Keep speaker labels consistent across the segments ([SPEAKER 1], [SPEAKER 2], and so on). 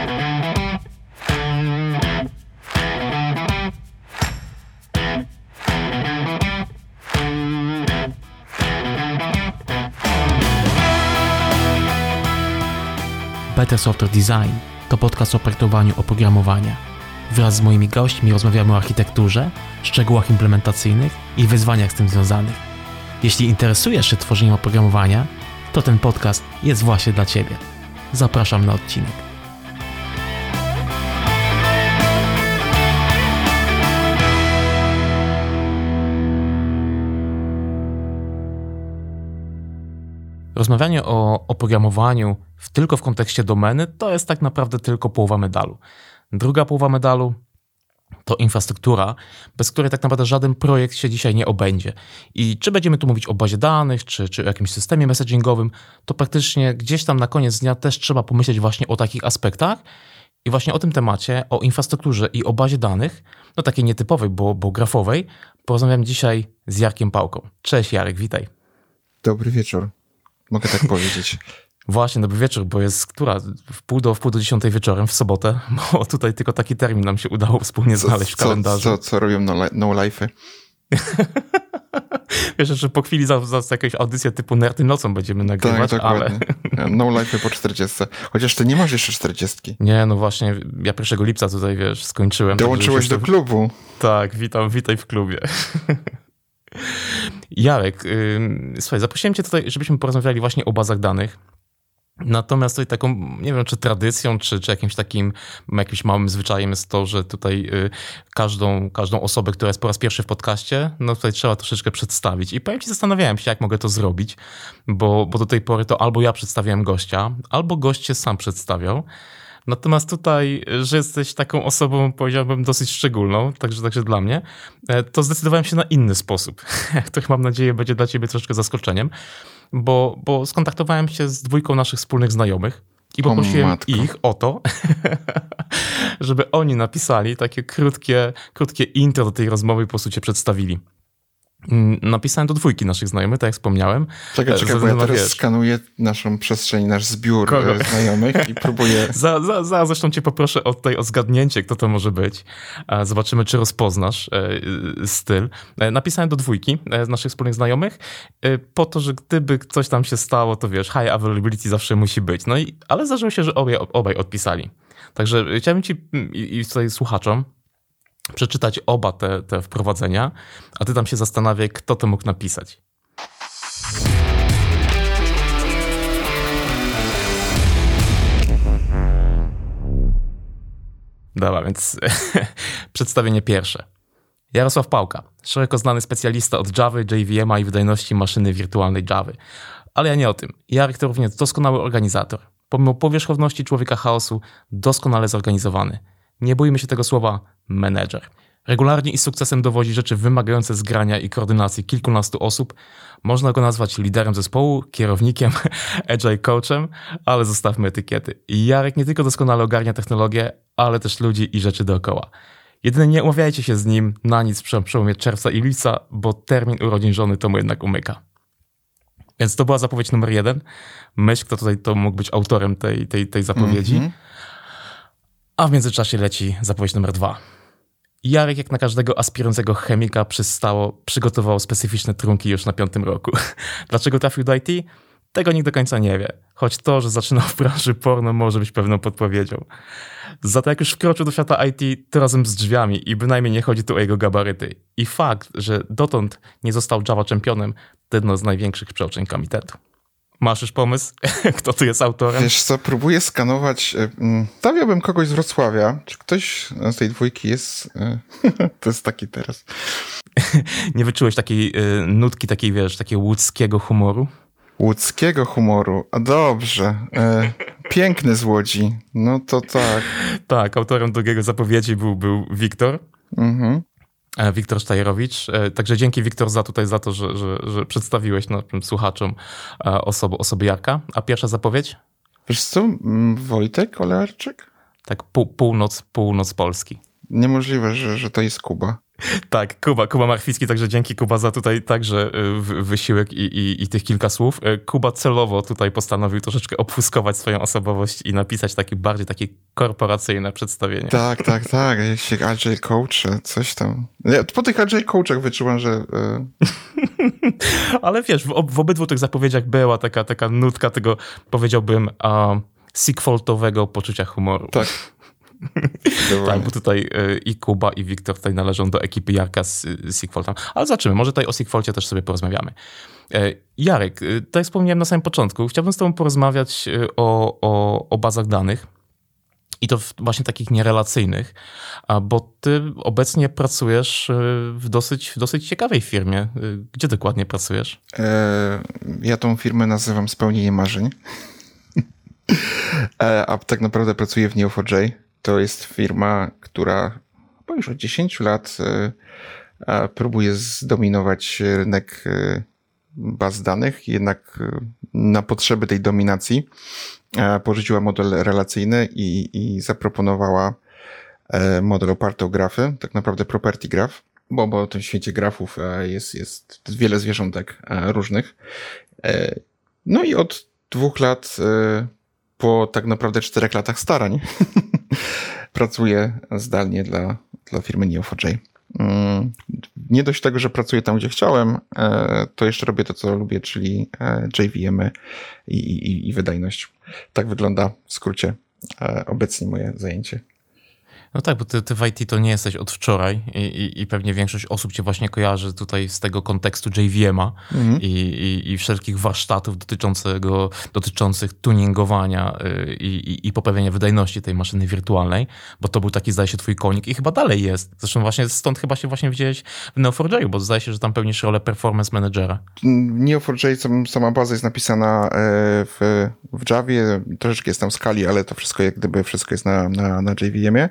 [SPEAKER 1] Better Software Design to podcast o projektowaniu oprogramowania. Wraz z moimi gośćmi rozmawiamy o architekturze, szczegółach implementacyjnych i wyzwaniach z tym związanych. Jeśli interesujesz się tworzeniem oprogramowania, to ten podcast jest właśnie dla Ciebie. Zapraszam na odcinek. Rozmawianie o oprogramowaniu tylko w kontekście domeny to jest tak naprawdę tylko połowa medalu. Druga połowa medalu to infrastruktura, bez której tak naprawdę żaden projekt się dzisiaj nie obędzie. I czy będziemy tu mówić o bazie danych, czy o jakimś systemie messagingowym, to praktycznie gdzieś tam na koniec dnia też trzeba pomyśleć właśnie o takich aspektach. I właśnie o tym temacie, o infrastrukturze i o bazie danych, no takiej nietypowej, bo grafowej, porozmawiam dzisiaj z Jarkiem Pałką. Cześć Jarek, witaj.
[SPEAKER 2] Dobry wieczór. Mogę tak powiedzieć.
[SPEAKER 1] Właśnie, dobry wieczór, bo jest która? Wpół do 10 wieczorem w sobotę, bo tutaj tylko taki termin nam się udało wspólnie znaleźć w kalendarzu.
[SPEAKER 2] Co robią no-life'y?
[SPEAKER 1] Wiesz, że po chwili za jakąś audycję typu Nerdy nocą będziemy nagrywać,
[SPEAKER 2] tak,
[SPEAKER 1] ale...
[SPEAKER 2] No-life'y po 40. Chociaż ty nie masz jeszcze 40.
[SPEAKER 1] Nie, no właśnie, ja 1 lipca tutaj, wiesz, skończyłem.
[SPEAKER 2] Dołączyłeś do klubu.
[SPEAKER 1] Tak, witaj w klubie. Jarek, słuchaj, zaprosiłem cię tutaj, żebyśmy porozmawiali właśnie o bazach danych. Natomiast tutaj taką, nie wiem, czy tradycją, czy jakimś małym zwyczajem jest to, że tutaj każdą osobę, która jest po raz pierwszy w podcaście, no tutaj trzeba troszeczkę przedstawić. I powiem ci, zastanawiałem się, jak mogę to zrobić, bo do tej pory to albo ja przedstawiałem gościa, albo gość się sam przedstawiał. Natomiast tutaj, że jesteś taką osobą, powiedziałbym, dosyć szczególną, także dla mnie, to zdecydowałem się na inny sposób, który mam nadzieję będzie dla ciebie troszeczkę zaskoczeniem, bo skontaktowałem się z 2 naszych wspólnych znajomych i poprosiłem ich o to, żeby oni napisali takie krótkie intro do tej rozmowy i po prostu cię przedstawili. Napisałem do 2 naszych znajomych, tak jak wspomniałem.
[SPEAKER 2] Czekaj, bo ja teraz skanuję naszą przestrzeń, nasz zbiór znajomych i próbuję...
[SPEAKER 1] Zresztą cię poproszę o zgadnięcie, kto to może być. Zobaczymy, czy rozpoznasz styl. Napisałem do 2 z naszych wspólnych znajomych po to, że gdyby coś tam się stało, to wiesz, high availability zawsze musi być. Ale zdarzyło się, że obaj odpisali. Także chciałem ci i tutaj słuchaczom przeczytać oba te wprowadzenia, a ty tam się zastanawiaj, kto to mógł napisać. Dobra, więc przedstawienie pierwsze. Jarosław Pałka, szeroko znany specjalista od Java, JVM-a i wydajności maszyny wirtualnej Java. Ale ja nie o tym. Jarek to również doskonały organizator. Pomimo powierzchowności człowieka chaosu, doskonale zorganizowany. Nie bójmy się tego słowa, menedżer. Regularnie i z sukcesem dowodzi rzeczy wymagające zgrania i koordynacji kilkunastu osób. Można go nazwać liderem zespołu, kierownikiem, agile coachem, ale zostawmy etykiety. I Jarek nie tylko doskonale ogarnia technologię, ale też ludzi i rzeczy dookoła. Jedynie nie umawiajcie się z nim na nic przy przełomie czerwca i lipca, bo termin urodzin żony to mu jednak umyka. Więc to była zapowiedź numer 1. Myśl, kto tutaj to mógł być autorem tej zapowiedzi. A w międzyczasie leci zapowiedź numer 2. Jarek, jak na każdego aspirującego chemika przygotował specyficzne trunki już na 5. roku. Dlaczego trafił do IT? Tego nikt do końca nie wie. Choć to, że zaczynał w branży porno, może być pewną podpowiedzią. Za to jak już wkroczył do świata IT, to razem z drzwiami i bynajmniej nie chodzi tu o jego gabaryty. I fakt, że dotąd nie został Java czempionem, to jedno z największych przeoczeń komitetu. Masz już pomysł, kto tu jest autorem?
[SPEAKER 2] Wiesz co, próbuję skanować. Stawiałbym kogoś z Wrocławia. Czy ktoś z tej 2 jest? To jest taki teraz.
[SPEAKER 1] Nie wyczułeś takiej nutki, takiego łódzkiego humoru?
[SPEAKER 2] Łódzkiego humoru. A dobrze. Piękny z Łodzi. No to tak.
[SPEAKER 1] Tak, autorem drugiego zapowiedzi był Wiktor. Wiktor Sztajerowicz. Także dzięki Wiktor za to, że przedstawiłeś naszym słuchaczom osobę Jarka. A pierwsza zapowiedź?
[SPEAKER 2] Wiesz co? Wojtek Olearczyk?
[SPEAKER 1] Tak, północ Polski.
[SPEAKER 2] Niemożliwe, że to jest Kuba.
[SPEAKER 1] Tak, Kuba Marchwicki, także dzięki Kuba za tutaj także wysiłek i tych kilka słów. Kuba celowo tutaj postanowił troszeczkę obfuskować swoją osobowość i napisać bardziej takie korporacyjne przedstawienie.
[SPEAKER 2] Tak. Jak Agile Coach, coś tam. Ja po tych Agile Coachach wyczułam, że...
[SPEAKER 1] Ale wiesz, w obydwu tych zapowiedziach była taka nutka tego, powiedziałbym, Sigfoltowego poczucia humoru.
[SPEAKER 2] Tak.
[SPEAKER 1] Tak, bo tutaj i Kuba, i Wiktor tutaj należą do ekipy Jarka z Sigfoltem. Ale zobaczymy, może tutaj o Sigfolcie też sobie porozmawiamy. Jarek, tak jak wspomniałem na samym początku, chciałbym z tobą porozmawiać o bazach danych. I to właśnie takich nierelacyjnych, bo ty obecnie pracujesz w dosyć ciekawej firmie. Gdzie dokładnie pracujesz?
[SPEAKER 2] Ja tą firmę nazywam Spełnienie Marzeń. A tak naprawdę pracuję w Neo4j. To jest firma, która chyba już od 10 lat próbuje zdominować rynek baz danych, jednak na potrzeby tej dominacji porzuciła model relacyjny i zaproponowała model oparty o grafy, tak naprawdę property graph, bo w tym świecie grafów jest wiele zwierzątek różnych. No i od 2 lat, po tak naprawdę 4 latach starań, pracuję zdalnie dla firmy Neo4j. Nie dość tego, że pracuję tam, gdzie chciałem, to jeszcze robię to, co lubię, czyli JVM-y i wydajność. Tak wygląda w skrócie obecnie moje zajęcie.
[SPEAKER 1] No tak, bo ty w IT to nie jesteś od wczoraj i pewnie większość osób cię właśnie kojarzy tutaj z tego kontekstu JVM-a i wszelkich warsztatów dotyczących tuningowania i poprawienia wydajności tej maszyny wirtualnej, bo to był taki, zdaje się, twój konik i chyba dalej jest. Zresztą właśnie stąd chyba się właśnie widziałeś w Neo4j, bo zdaje się, że tam pełnisz rolę performance managera.
[SPEAKER 2] Neo4j, sama baza jest napisana w Javie, troszeczkę jest tam w skali, ale to wszystko wszystko jest na JVM-ie.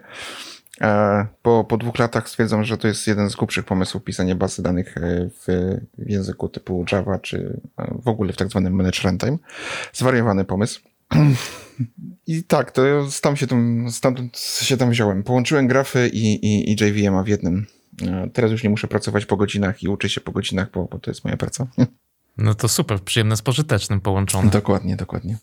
[SPEAKER 2] Po 2 latach stwierdzam, że to jest jeden z głupszych pomysłów pisania bazy danych w języku typu Java, czy w ogóle w tak zwanym managed runtime. Zwariowany pomysł. I tak, to stamtąd się tam wziąłem. Połączyłem grafy i JVM-a w jednym. Teraz już nie muszę pracować po godzinach i uczę się po godzinach, bo to jest moja praca.
[SPEAKER 1] No to super, przyjemne z pożytecznym połączone.
[SPEAKER 2] Dokładnie.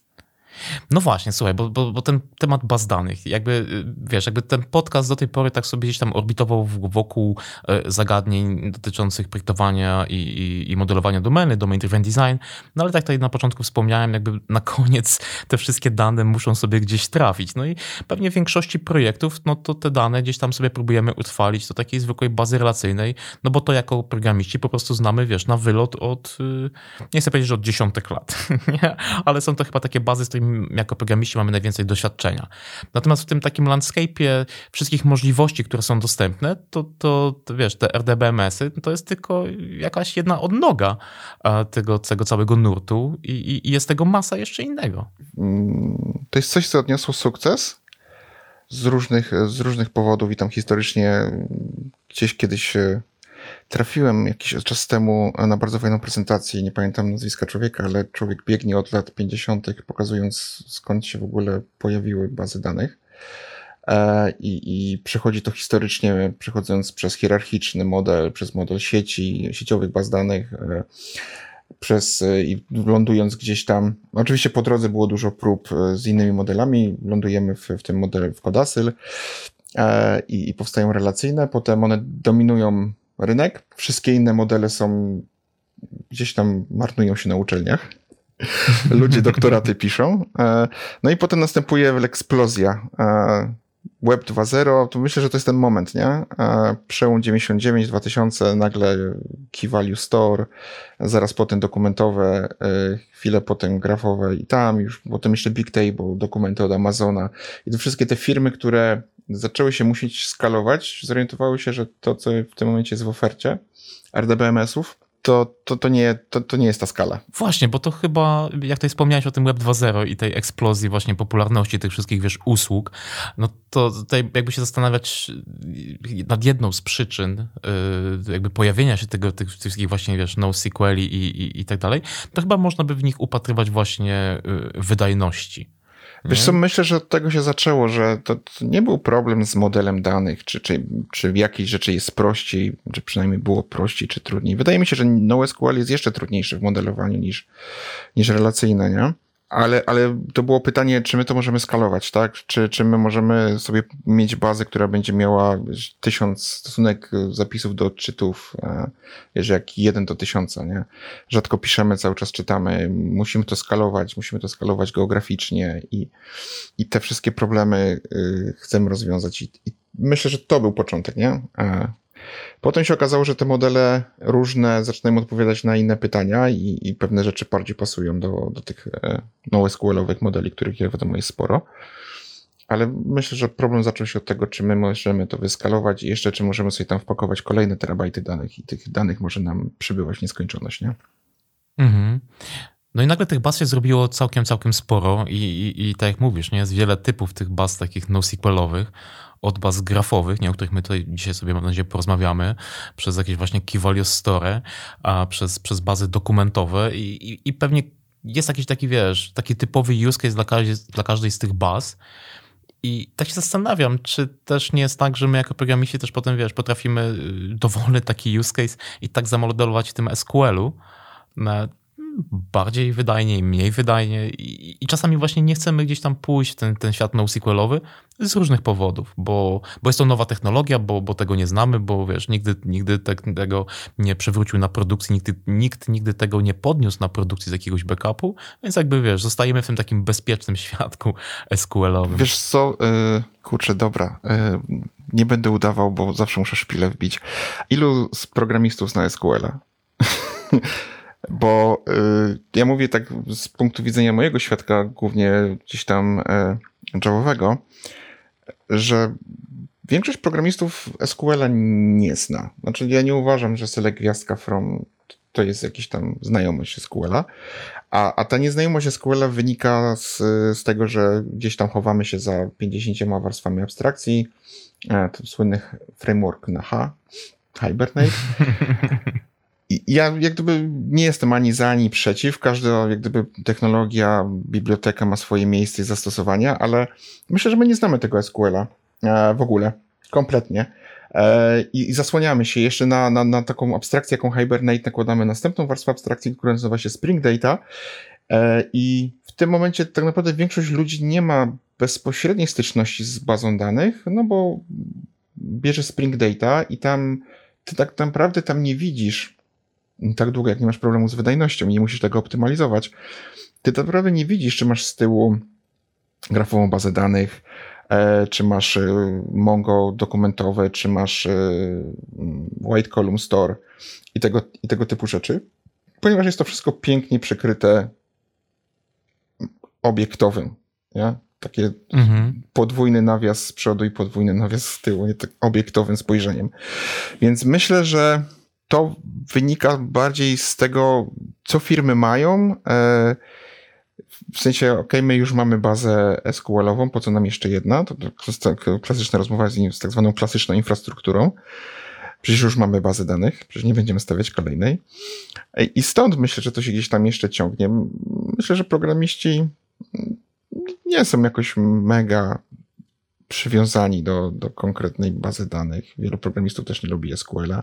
[SPEAKER 1] No właśnie, słuchaj, bo ten temat baz danych, jakby ten podcast do tej pory tak sobie gdzieś tam orbitował wokół zagadnień dotyczących projektowania i modelowania domeny, domain driven design, no ale tak tutaj na początku wspomniałem, jakby na koniec te wszystkie dane muszą sobie gdzieś trafić, no i pewnie w większości projektów, no to te dane gdzieś tam sobie próbujemy utrwalić do takiej zwykłej bazy relacyjnej, no bo to jako programiści po prostu znamy, na wylot od, nie chcę powiedzieć, że od dziesiątek lat, nie? Ale są to chyba takie bazy, z którymi jako programiści mamy najwięcej doświadczenia. Natomiast w tym takim landscape'ie wszystkich możliwości, które są dostępne, to te RDBMS-y, to jest tylko jakaś jedna odnoga tego całego nurtu i jest tego masa jeszcze innego.
[SPEAKER 2] To jest coś, co odniosło sukces z różnych powodów i tam historycznie gdzieś kiedyś trafiłem jakiś czas temu na bardzo fajną prezentację, nie pamiętam nazwiska człowieka, ale człowiek biegnie od lat 50., pokazując skąd się w ogóle pojawiły bazy danych. I przechodzi to historycznie, przechodząc przez hierarchiczny model, przez model sieciowych baz danych, i lądując gdzieś tam. Oczywiście po drodze było dużo prób z innymi modelami, lądujemy w tym modelu w Codasyl i powstają relacyjne, potem one dominują rynek. Wszystkie inne modele są gdzieś tam, marnują się na uczelniach. Ludzie doktoraty piszą. No i potem następuje eksplozja. Web 2.0, to myślę, że to jest ten moment, nie? Przełom 99-2000, nagle Key Value Store, zaraz potem dokumentowe, chwilę potem grafowe i tam już, potem jeszcze Big Table, dokumenty od Amazona. I to wszystkie te firmy, które zaczęły się musieć skalować, zorientowały się, że to, co w tym momencie jest w ofercie RDBMS-ów, to nie jest ta skala.
[SPEAKER 1] Właśnie, bo to chyba, jak tutaj wspomniałeś o tym Web 2.0 i tej eksplozji właśnie popularności tych wszystkich, usług, no to tutaj jakby się zastanawiać nad jedną z przyczyn jakby pojawienia się tych wszystkich właśnie, NoSQL i tak dalej, to chyba można by w nich upatrywać właśnie wydajności.
[SPEAKER 2] Wiesz co, myślę, że od tego się zaczęło, że to nie był problem z modelem danych, czy w jakiejś rzeczy jest prościej, czy przynajmniej było prościej, czy trudniej. Wydaje mi się, że NoSQL jest jeszcze trudniejszy w modelowaniu niż relacyjne, nie? Ale to było pytanie, czy my to możemy skalować, tak? Czy my możemy sobie mieć bazę, która będzie miała 1000 stosunek zapisów do odczytów, wiesz, jak 1 do 1000, nie? Rzadko piszemy, cały czas czytamy. Musimy to skalować geograficznie i te wszystkie problemy chcemy rozwiązać. I myślę, że to był początek, nie? Potem się okazało, że te modele różne zaczynają odpowiadać na inne pytania i pewne rzeczy bardziej pasują do tych NoSQL-owych modeli, których jak wiadomo jest sporo. Ale myślę, że problem zaczął się od tego, czy my możemy to wyskalować i jeszcze czy możemy sobie tam wpakować kolejne terabajty danych i tych danych może nam przybywać w nieskończoność, nie?
[SPEAKER 1] Mhm. No i nagle tych baz się zrobiło całkiem sporo i tak jak mówisz, nie, jest wiele typów tych baz takich NoSQL-owych, od baz grafowych, nie, o których my tutaj dzisiaj sobie mam nadzieję porozmawiamy, przez jakieś właśnie Key Value Store, a przez bazy dokumentowe i pewnie jest jakiś taki, wiesz, taki typowy use case dla każdej z tych baz. I tak się zastanawiam, czy też nie jest tak, że my jako programiści też potem, wiesz, potrafimy dowolny taki use case i tak zamodelować w tym SQL-u, bardziej wydajnie i mniej wydajnie i czasami właśnie nie chcemy gdzieś tam pójść w ten świat NoSQL-owy z różnych powodów, bo jest to nowa technologia, bo tego nie znamy, bo wiesz, nigdy tego nie przywrócił na produkcji, nikt nigdy tego nie podniósł na produkcji z jakiegoś backupu, więc jakby wiesz, zostajemy w tym takim bezpiecznym świadku SQL-owym.
[SPEAKER 2] Wiesz co, kurczę, dobra, nie będę udawał, bo zawsze muszę szpilę wbić. Ilu z programistów zna SQL-a? Bo ja mówię tak z punktu widzenia mojego świadka, głównie gdzieś tam Javowego, że większość programistów SQL-a nie zna. Znaczy ja nie uważam, że select gwiazdka from to jest jakaś tam znajomość SQL-a, a ta nieznajomość SQL-a wynika z tego, że gdzieś tam chowamy się za 50 warstwami abstrakcji, słynnych framework na Hibernate. I ja jak gdyby nie jestem ani za, ani przeciw. Każda jak gdyby technologia, biblioteka ma swoje miejsce i zastosowania, ale myślę, że my nie znamy tego SQL-a w ogóle, kompletnie. I zasłaniamy się jeszcze na taką abstrakcję, jaką Hibernate nakładamy następną warstwę abstrakcji, która nazywa się Spring Data. I w tym momencie tak naprawdę większość ludzi nie ma bezpośredniej styczności z bazą danych, no bo bierze Spring Data i tam ty tak naprawdę tam nie widzisz tak długo, jak nie masz problemu z wydajnością i nie musisz tego optymalizować, ty tak naprawdę nie widzisz, czy masz z tyłu grafową bazę danych, czy masz Mongo dokumentowe, czy masz White Column Store i tego typu rzeczy, ponieważ jest to wszystko pięknie przykryte obiektowym, nie? Takie podwójny nawias z przodu i podwójny nawias z tyłu, nie tak obiektowym spojrzeniem. Więc myślę, że to wynika bardziej z tego, co firmy mają. W sensie, my już mamy bazę SQL-ową, po co nam jeszcze jedna? To jest klasyczna rozmowa z tak zwaną klasyczną infrastrukturą. Przecież już mamy bazę danych, przecież nie będziemy stawiać kolejnej. I stąd myślę, że to się gdzieś tam jeszcze ciągnie. Myślę, że programiści nie są jakoś mega przywiązani do konkretnej bazy danych. Wielu programistów też nie lubi SQL-a,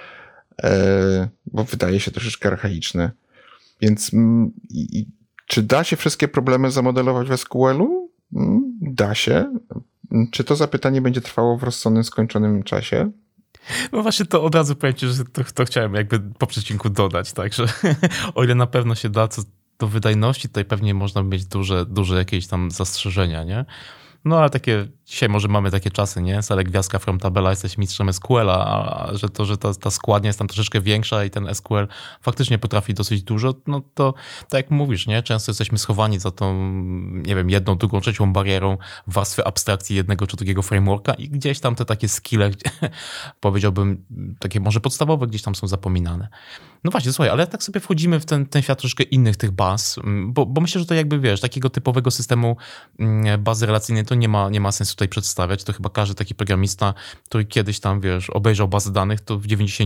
[SPEAKER 2] bo wydaje się troszeczkę archaiczny. Więc czy da się wszystkie problemy zamodelować w SQL-u? Da się. Czy to zapytanie będzie trwało w rozsądnym, skończonym czasie?
[SPEAKER 1] No właśnie to od razu powiem ci, że to chciałem jakby po przecinku dodać, tak, że o ile na pewno się da, co do wydajności, tutaj pewnie można mieć duże jakieś tam zastrzeżenia, nie? No ale dzisiaj może mamy takie czasy, nie? Select gwiazdka from tabela, jesteś mistrzem SQL-a, a że ta składnia jest tam troszeczkę większa i ten SQL faktycznie potrafi dosyć dużo, no to tak jak mówisz, nie? Często jesteśmy schowani za tą, nie wiem, jedną, drugą, trzecią barierą warstwy abstrakcji jednego czy drugiego frameworka i gdzieś tam te takie skille, powiedziałbym, takie może podstawowe, gdzieś tam są zapominane. No właśnie, słuchaj, ale tak sobie wchodzimy w ten świat troszeczkę innych tych baz, bo myślę, że to jakby, wiesz, takiego typowego systemu bazy relacyjnej to nie ma sensu tutaj przedstawiać, to chyba każdy taki programista, który kiedyś tam, obejrzał bazę danych, to w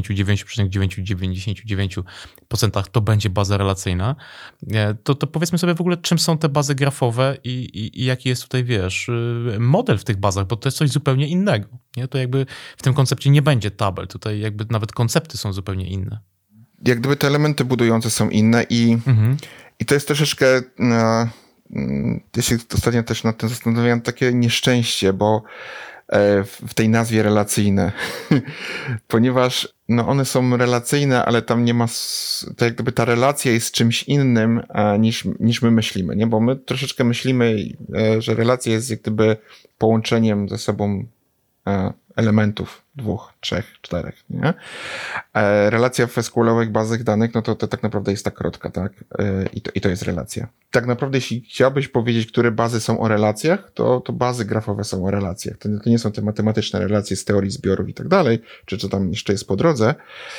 [SPEAKER 1] 99,999% to będzie baza relacyjna. To powiedzmy sobie w ogóle, czym są te bazy grafowe i jaki jest tutaj, model w tych bazach, bo to jest coś zupełnie innego. Nie? To jakby w tym koncepcie nie będzie tabel, tutaj jakby nawet koncepty są zupełnie inne.
[SPEAKER 2] Jak gdyby te elementy budujące są inne i to jest troszeczkę, ja się ostatnio też nad tym zastanawiałem, takie nieszczęście, bo w tej nazwie relacyjne, ponieważ one są relacyjne, ale tam nie ma, to jak gdyby ta relacja jest czymś innym niż my myślimy, nie? Bo my troszeczkę myślimy, że relacja jest jak gdyby połączeniem ze sobą elementów 2, 3, 4, nie? Relacja w SQL-owych bazach danych, to tak naprawdę jest ta krotka, tak? I to jest relacja. Tak naprawdę, jeśli chciałbyś powiedzieć, które bazy są o relacjach, to bazy grafowe są o relacjach. To nie są te matematyczne relacje z teorii zbiorów i tak dalej, czy co tam jeszcze jest po drodze.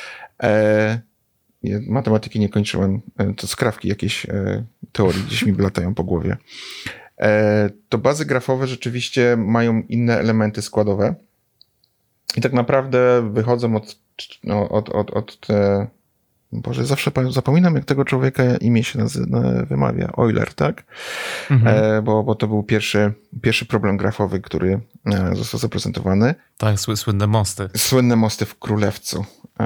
[SPEAKER 2] Matematyki nie kończyłem, to skrawki jakieś teorii gdzieś mi latają po głowie. To bazy grafowe rzeczywiście mają inne elementy składowe i tak naprawdę wychodzą Boże, zawsze zapominam, jak tego człowieka imię się wymawia. Euler, tak? Bo to był pierwszy problem grafowy, który został zaprezentowany.
[SPEAKER 1] Tak, słynne mosty.
[SPEAKER 2] Słynne mosty w Królewcu.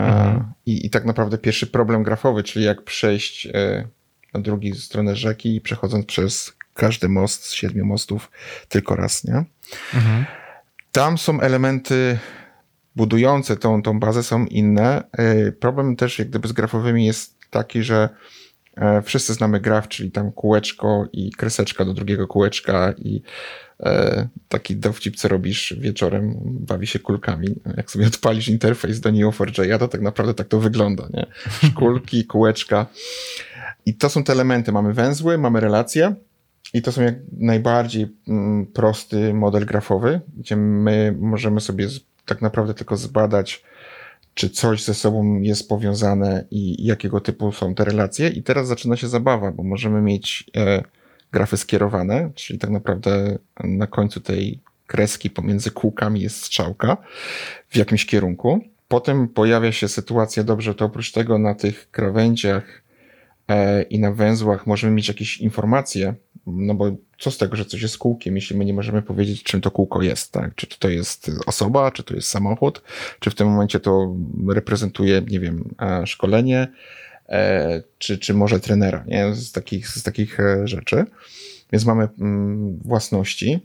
[SPEAKER 2] I tak naprawdę pierwszy problem grafowy, czyli jak przejść na drugą stronę rzeki, przechodząc przez każdy most z 7 mostów tylko raz, nie? Tam są elementy budujące tą bazę, są inne. Problem też jak gdyby z grafowymi jest taki, że wszyscy znamy graf, czyli tam kółeczko i kreseczka do drugiego kółeczka i taki dowcip, co robisz wieczorem, bawi się kulkami. Jak sobie odpalisz interfejs do Neo4j, to tak naprawdę tak to wygląda, nie? Kulki, kółeczka. I to są te elementy. Mamy węzły, mamy relacje i to są jak najbardziej prosty model grafowy, gdzie my możemy sobie tak naprawdę tylko zbadać, czy coś ze sobą jest powiązane i jakiego typu są te relacje. I teraz zaczyna się zabawa, bo możemy mieć grafy skierowane, czyli tak naprawdę na końcu tej kreski pomiędzy kółkami jest strzałka w jakimś kierunku. Potem pojawia się sytuacja, dobrze, to oprócz tego na tych krawędziach i na węzłach możemy mieć jakieś informacje, no bo co z tego, że coś jest kółkiem, jeśli my nie możemy powiedzieć, czym to kółko jest, tak? Czy to jest osoba, czy to jest samochód, czy w tym momencie to reprezentuje, nie wiem, szkolenie, czy może trenera, nie? Z takich rzeczy. Więc mamy własności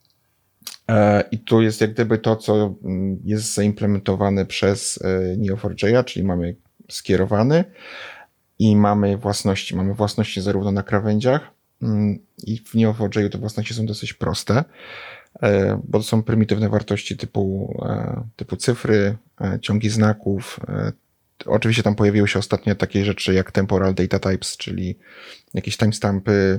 [SPEAKER 2] i tu jest jak gdyby to, co jest zaimplementowane przez Neo4j, czyli mamy skierowany i mamy własności. Mamy własności zarówno na krawędziach i w Neo4j te własności są dosyć proste, bo to są prymitywne wartości typu cyfry, ciągi znaków. Oczywiście tam pojawiły się ostatnio takie rzeczy jak temporal data types, czyli jakieś timestampy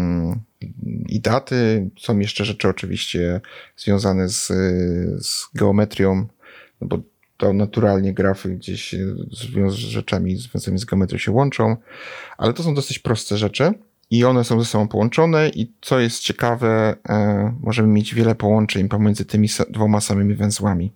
[SPEAKER 2] i daty. Są jeszcze rzeczy oczywiście związane z geometrią, no bo to naturalnie grafy gdzieś z rzeczami związanymi z geometrią się łączą, ale to są dosyć proste rzeczy i one są ze sobą połączone i co jest ciekawe, możemy mieć wiele połączeń pomiędzy tymi dwoma samymi węzłami.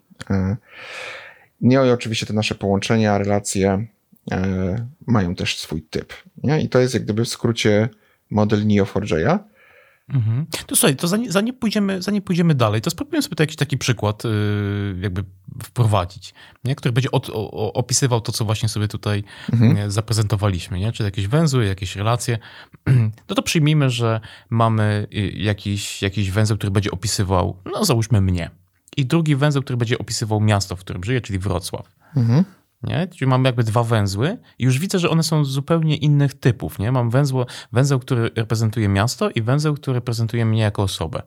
[SPEAKER 2] No i oczywiście te nasze połączenia, relacje mają też swój typ. Nie? I to jest jak gdyby w skrócie model Neo4j.
[SPEAKER 1] To słuchaj, to zanim pójdziemy dalej, to spróbujmy sobie jakiś taki przykład jakby wprowadzić, nie? Który będzie opisywał to, co właśnie sobie tutaj zaprezentowaliśmy, nie? Czyli jakieś węzły, jakieś relacje. No to przyjmijmy, że mamy jakiś węzeł, który będzie opisywał, no załóżmy mnie. I drugi węzeł, który będzie opisywał miasto, w którym żyję, czyli Wrocław. Nie? Czyli mamy jakby dwa węzły i już widzę, że one są zupełnie innych typów. Nie? Mam węzeł, który reprezentuje miasto i węzeł, który reprezentuje mnie jako osobę.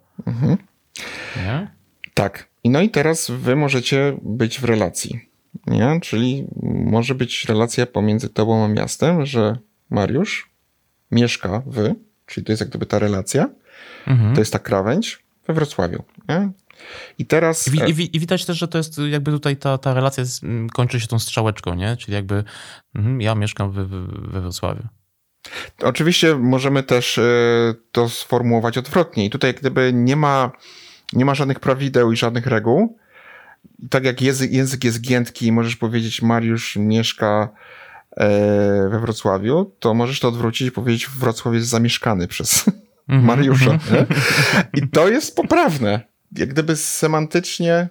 [SPEAKER 1] Nie?
[SPEAKER 2] Tak. No i teraz wy możecie być w relacji. Nie? Czyli może być relacja pomiędzy tobą a miastem, że Mariusz mieszka czyli to jest jak gdyby ta relacja, to jest ta krawędź we Wrocławiu. Nie? I teraz...
[SPEAKER 1] I widać też, że to jest jakby tutaj ta relacja kończy się tą strzałeczką, nie? Czyli jakby ja mieszkam we Wrocławiu.
[SPEAKER 2] Oczywiście możemy też to sformułować odwrotnie i tutaj jak gdyby nie ma nie ma żadnych prawideł i żadnych reguł. Tak jak język jest giętki i możesz powiedzieć Mariusz mieszka we Wrocławiu, to możesz to odwrócić i powiedzieć Wrocław jest zamieszkany przez Mariusza. Nie? I to jest poprawne. Jak gdyby semantycznie,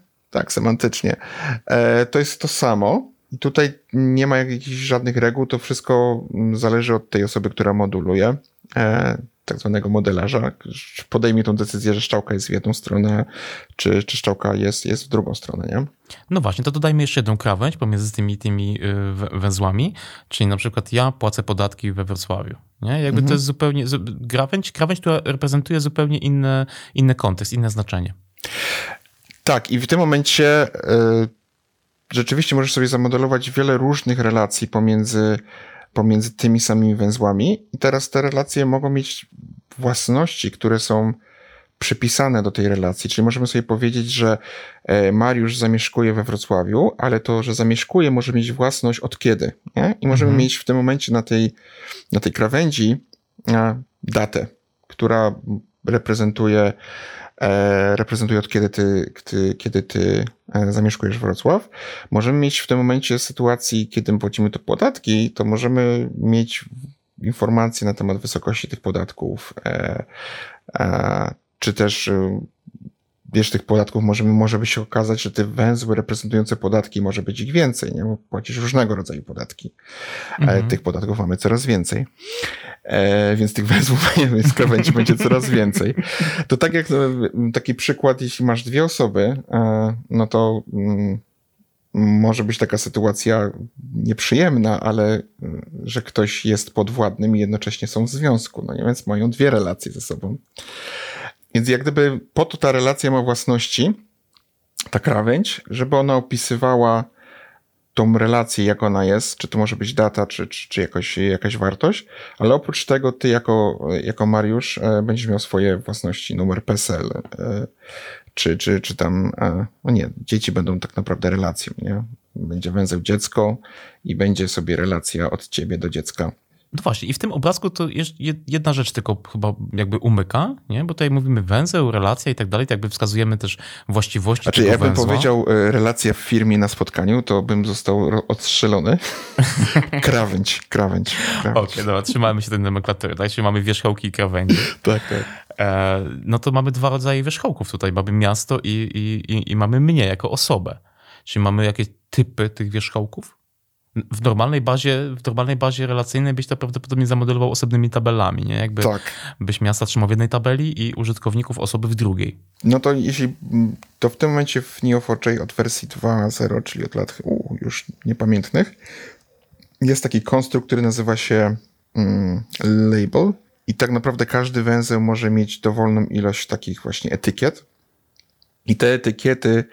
[SPEAKER 2] to jest to samo. I tutaj nie ma jakichś żadnych reguł, to wszystko zależy od tej osoby, która moduluje, tak zwanego modelarza. Podejmie tą decyzję, że strzałka jest w jedną stronę, czy strzałka jest w drugą stronę, nie?
[SPEAKER 1] No właśnie, to dodajmy jeszcze jedną krawędź pomiędzy tymi węzłami, czyli na przykład ja płacę podatki we Wrocławiu. Nie? Jakby to jest zupełnie krawędź, która reprezentuje zupełnie inny kontekst, inne znaczenie.
[SPEAKER 2] Tak, i w tym momencie rzeczywiście możesz sobie zamodelować wiele różnych relacji pomiędzy tymi samymi węzłami i teraz te relacje mogą mieć własności, które są przypisane do tej relacji, czyli możemy sobie powiedzieć, że Mariusz zamieszkuje we Wrocławiu, ale to, że zamieszkuje, może mieć własność od kiedy, nie? I możemy mieć w tym momencie na tej krawędzi datę, która reprezentuje od kiedy ty zamieszkujesz Wrocław. Możemy mieć w tym momencie sytuacji, kiedy płacimy to podatki, to możemy mieć informacje na temat wysokości tych podatków, czy też tych podatków może by się okazać, że te węzły reprezentujące podatki może być ich więcej, nie? Bo płacisz różnego rodzaju podatki. Tych podatków mamy coraz więcej. Więc tych węzłów z krawędzi będzie coraz więcej. To tak jak taki przykład, jeśli masz dwie osoby, no to może być taka sytuacja nieprzyjemna, ale że ktoś jest podwładnym i jednocześnie są w związku, no nie? Więc mają dwie relacje ze sobą. Więc jak gdyby po to ta relacja ma własności, ta krawędź, żeby ona opisywała tą relację, jak ona jest, czy to może być data, czy jakaś wartość, ale oprócz tego ty jako Mariusz będziesz miał swoje własności, numer PESEL, czy tam, no nie, dzieci będą tak naprawdę relacją, nie? Będzie węzeł dziecko i będzie sobie relacja od ciebie do dziecka.
[SPEAKER 1] No właśnie, i w tym obrazku to jedna rzecz tylko chyba jakby umyka, nie? Bo tutaj mówimy węzeł, relacja i tak dalej, jakby wskazujemy też właściwości tego węzła.
[SPEAKER 2] Jakbym powiedział relacja w firmie na spotkaniu, to bym został odstrzelony. Krawędź.
[SPEAKER 1] Okej, dobra, trzymamy się tej nomenklatury, tak? Czyli mamy wierzchołki i krawędzie.
[SPEAKER 2] Tak.
[SPEAKER 1] No to mamy dwa rodzaje wierzchołków tutaj. Mamy miasto i mamy mnie jako osobę. Czyli mamy jakieś typy tych wierzchołków? W normalnej bazie relacyjnej byś to prawdopodobnie zamodelował osobnymi tabelami, nie? Jakby byś miasta trzymał w jednej tabeli i użytkowników osoby w drugiej.
[SPEAKER 2] No to to w tym momencie w Neo4j od wersji 2.0, czyli od lat już niepamiętnych, jest taki konstrukt, który nazywa się label i tak naprawdę każdy węzeł może mieć dowolną ilość takich właśnie etykiet i te etykiety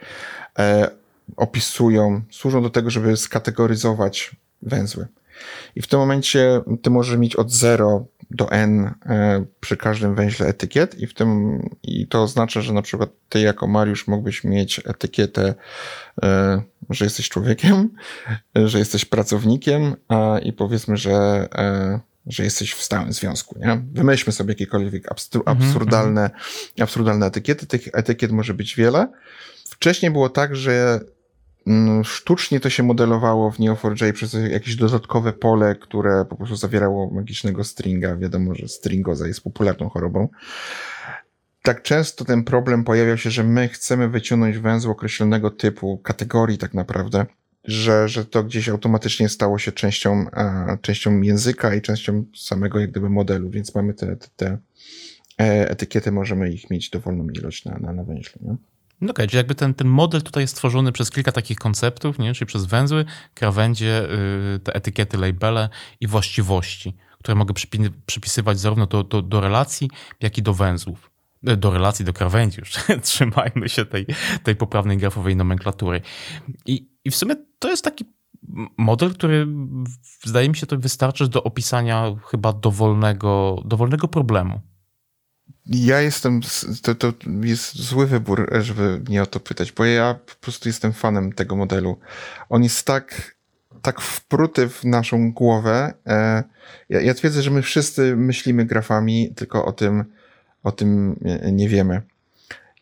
[SPEAKER 2] służą do tego, żeby skategoryzować węzły. I w tym momencie ty możesz mieć od 0 do n przy każdym węźle etykiet i to oznacza, że na przykład ty jako Mariusz mógłbyś mieć etykietę, że jesteś człowiekiem, że jesteś pracownikiem i powiedzmy, że jesteś w stałym związku, nie? Wymyślmy sobie jakiekolwiek absurdalne etykiety. Tych etykiet może być wiele. Wcześniej było tak, że sztucznie to się modelowało w Neo4j przez jakieś dodatkowe pole, które po prostu zawierało magicznego stringa. Wiadomo, że stringoza jest popularną chorobą. Tak często ten problem pojawiał się, że my chcemy wyciągnąć węzeł określonego typu, kategorii tak naprawdę, że to gdzieś automatycznie stało się częścią języka i częścią samego jak gdyby modelu, więc mamy te etykiety, możemy ich mieć dowolną ilość na węźle, nie?
[SPEAKER 1] No okej, czyli jakby ten model tutaj jest stworzony przez kilka takich konceptów, nie? Czyli przez węzły, krawędzie, te etykiety, labele i właściwości, które mogę przypisywać zarówno do relacji, jak i do węzłów. Do relacji, do krawędzi już. Trzymajmy się tej poprawnej grafowej nomenklatury. I w sumie to jest taki model, który zdaje mi się to wystarczy do opisania chyba dowolnego problemu.
[SPEAKER 2] Ja to jest zły wybór, żeby mnie o to pytać, bo ja po prostu jestem fanem tego modelu. On jest tak wpruty w naszą głowę. Ja twierdzę, że my wszyscy myślimy grafami, tylko o tym nie wiemy.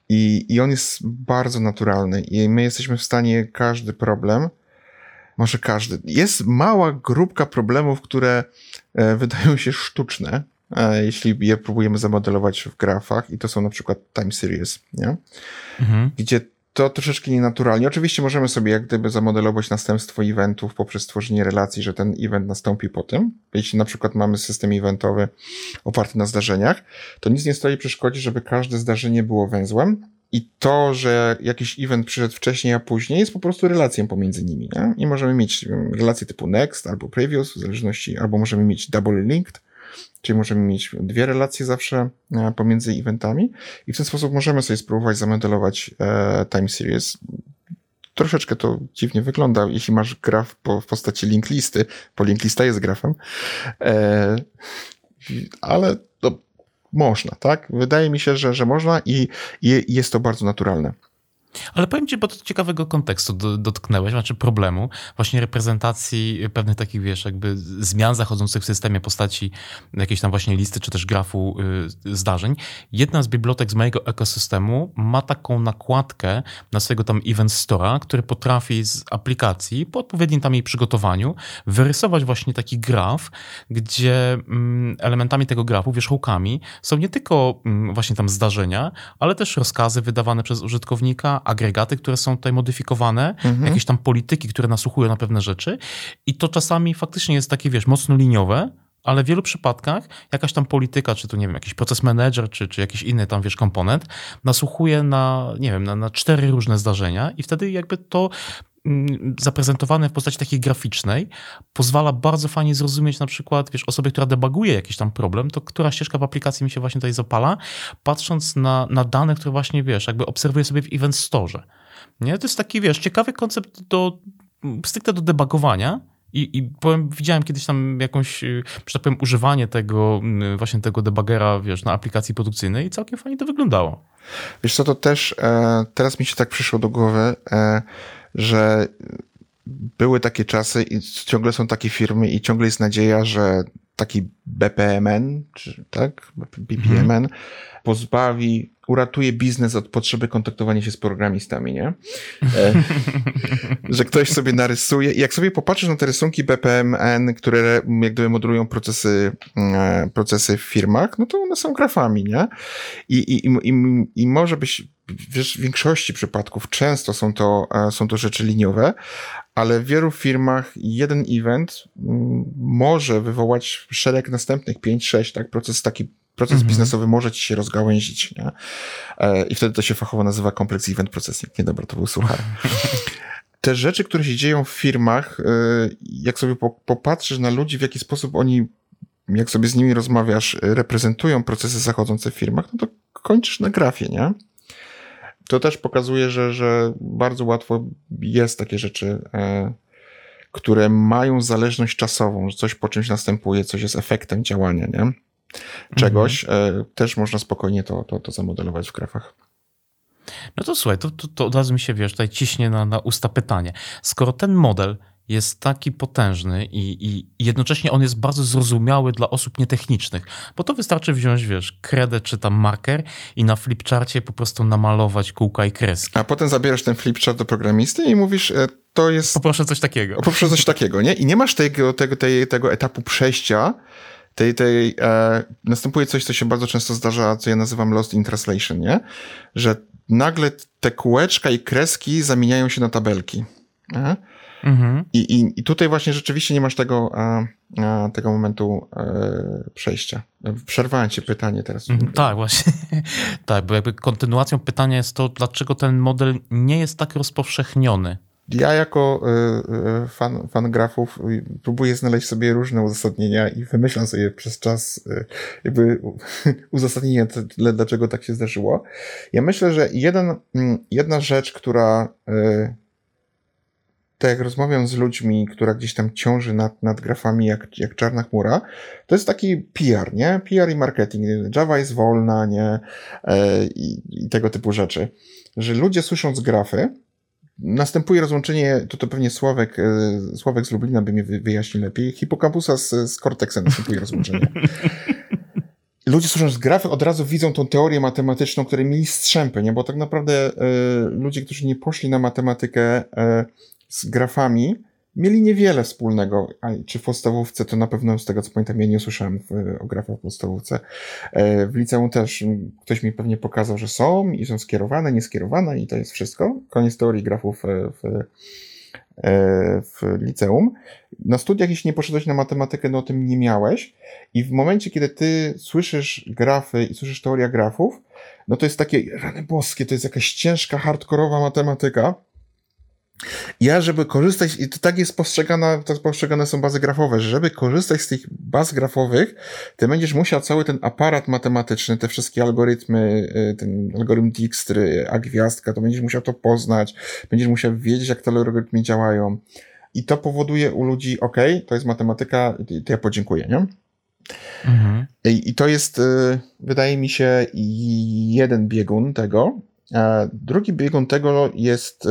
[SPEAKER 2] I on jest bardzo naturalny i my jesteśmy w stanie każdy problem, może każdy, jest mała grupka problemów, które wydają się sztuczne, jeśli je próbujemy zamodelować w grafach i to są na przykład time series, nie? Gdzie to troszeczkę nienaturalnie. Oczywiście możemy sobie jak gdyby zamodelować następstwo eventów poprzez stworzenie relacji, że ten event nastąpi po tym. Jeśli na przykład mamy system eventowy oparty na zdarzeniach, to nic nie stoi przeszkodzie, żeby każde zdarzenie było węzłem i to, że jakiś event przyszedł wcześniej, a później jest po prostu relacją pomiędzy nimi. Nie? I możemy mieć relacje typu next albo previous, w zależności, albo możemy mieć double linked, czyli możemy mieć dwie relacje zawsze pomiędzy eventami i w ten sposób możemy sobie spróbować zamodelować time series. Troszeczkę to dziwnie wygląda, jeśli masz graf w postaci link listy, bo link lista jest grafem, ale to można, tak? Wydaje mi się, że można i jest to bardzo naturalne.
[SPEAKER 1] Ale powiem ci, bo to ciekawego kontekstu dotknęłeś, znaczy problemu, właśnie reprezentacji pewnych takich, wiesz, jakby zmian zachodzących w systemie postaci jakiejś tam właśnie listy, czy też grafu zdarzeń. Jedna z bibliotek z mojego ekosystemu ma taką nakładkę na swojego tam event store'a, który potrafi z aplikacji po odpowiednim tam jej przygotowaniu wyrysować właśnie taki graf, gdzie elementami tego grafu, wierzchołkami są nie tylko właśnie tam zdarzenia, ale też rozkazy wydawane przez użytkownika, agregaty, które są tutaj modyfikowane, jakieś tam polityki, które nasłuchują na pewne rzeczy i to czasami faktycznie jest takie, wiesz, mocno liniowe, ale w wielu przypadkach jakaś tam polityka, czy to, nie wiem, jakiś proces manager, czy jakiś inny tam, wiesz, komponent, nasłuchuje na, nie wiem, na 4 różne zdarzenia i wtedy jakby to zaprezentowane w postaci takiej graficznej pozwala bardzo fajnie zrozumieć na przykład, wiesz, osobie, która debuguje jakiś tam problem, to która ścieżka w aplikacji mi się właśnie tutaj zapala, patrząc na dane, które właśnie, wiesz, jakby obserwuję sobie w Event Store. Nie? To jest taki, wiesz, ciekawy koncept stricte do debugowania. I powiem, widziałem kiedyś tam jakąś, że tak powiem, używanie tego, właśnie tego debugera, wiesz, na aplikacji produkcyjnej i całkiem fajnie to wyglądało.
[SPEAKER 2] Wiesz co, to też teraz mi się tak przyszło do głowy, że były takie czasy i ciągle są takie firmy i ciągle jest nadzieja, że taki BPMN, czy tak, BPMN uratuje biznes od potrzeby kontaktowania się z programistami, nie? Że ktoś sobie narysuje. I jak sobie popatrzysz na te rysunki BPMN, które jak gdyby modelują procesy w firmach, no to one są grafami, nie? I może być, wiesz, w większości przypadków często są to rzeczy liniowe, ale w wielu firmach jeden event może wywołać szereg następnych 5-6, tak? Proces biznesowy może ci się rozgałęzić, nie? I wtedy to się fachowo nazywa Complex Event Processing. Nie, dobra, to był suchar. Te rzeczy, które się dzieją w firmach, jak sobie popatrzysz na ludzi, w jaki sposób oni, jak sobie z nimi rozmawiasz, reprezentują procesy zachodzące w firmach, no to kończysz na grafie, nie? To też pokazuje, że bardzo łatwo jest takie rzeczy, które mają zależność czasową, że coś po czymś następuje, coś jest efektem działania, nie? Czegoś, też można spokojnie to zamodelować w grafach.
[SPEAKER 1] No to słuchaj, to od razu mi się, wiesz, tutaj ciśnie na usta pytanie. Skoro ten model jest taki potężny i jednocześnie on jest bardzo zrozumiały dla osób nietechnicznych, bo to wystarczy wziąć, wiesz, kredę czy tam marker i na flipcharcie po prostu namalować kółka i kreski.
[SPEAKER 2] A potem zabierasz ten flipchart do programisty i mówisz, to jest...
[SPEAKER 1] Poproszę coś takiego.
[SPEAKER 2] Poproszę coś takiego, nie? I nie masz tego etapu przejścia, następuje coś, co się bardzo często zdarza, co ja nazywam lost in translation, nie? Że nagle te kółeczka i kreski zamieniają się na tabelki. I tutaj właśnie rzeczywiście nie masz tego momentu przejścia. Przerwałem ci pytanie teraz.
[SPEAKER 1] Tak, właśnie. Tak, bo jakby kontynuacją pytania jest to, dlaczego ten model nie jest tak rozpowszechniony.
[SPEAKER 2] Ja jako fan grafów próbuję znaleźć sobie różne uzasadnienia i wymyślam sobie przez czas jakby uzasadnienie, dlaczego tak się zdarzyło. Ja myślę, że jedna rzecz, która tak jak rozmawiam z ludźmi, która gdzieś tam ciąży nad grafami jak czarna chmura, to jest taki PR, nie? PR i marketing. Java jest wolna, nie? I tego typu rzeczy. Że ludzie słysząc grafy, następuje rozłączenie, to pewnie Sławek z Lublina by mnie wyjaśnił lepiej, hipocampusa z Cortexem następuje rozłączenie. ludzie służąc grafy od razu widzą tą teorię matematyczną, której mieli strzępy, nie? Bo tak naprawdę ludzie, którzy nie poszli na matematykę z grafami, mieli niewiele wspólnego, czy w podstawówce, to na pewno z tego co pamiętam, ja nie usłyszałem o grafach w podstawówce. W liceum też ktoś mi pewnie pokazał, że są i są skierowane, nieskierowane i to jest wszystko. Koniec teorii grafów w liceum. Na studiach, jeśli nie poszedłeś na matematykę, no o tym nie miałeś i w momencie, kiedy ty słyszysz grafy i słyszysz teorię grafów, no to jest takie, rany boskie, to jest jakaś ciężka, hardkorowa matematyka. Ja, żeby korzystać, i to tak jest postrzegane są bazy grafowe, że żeby korzystać z tych baz grafowych, ty będziesz musiał cały ten aparat matematyczny, te wszystkie algorytmy, ten algorytm Dijkstry, a gwiazdka, to będziesz musiał to poznać, będziesz musiał wiedzieć, jak te algorytmy działają. I to powoduje u ludzi, to jest matematyka, to ja podziękuję, nie? Mhm. I to jest, wydaje mi się, jeden biegun tego. A drugi biegun tego jest,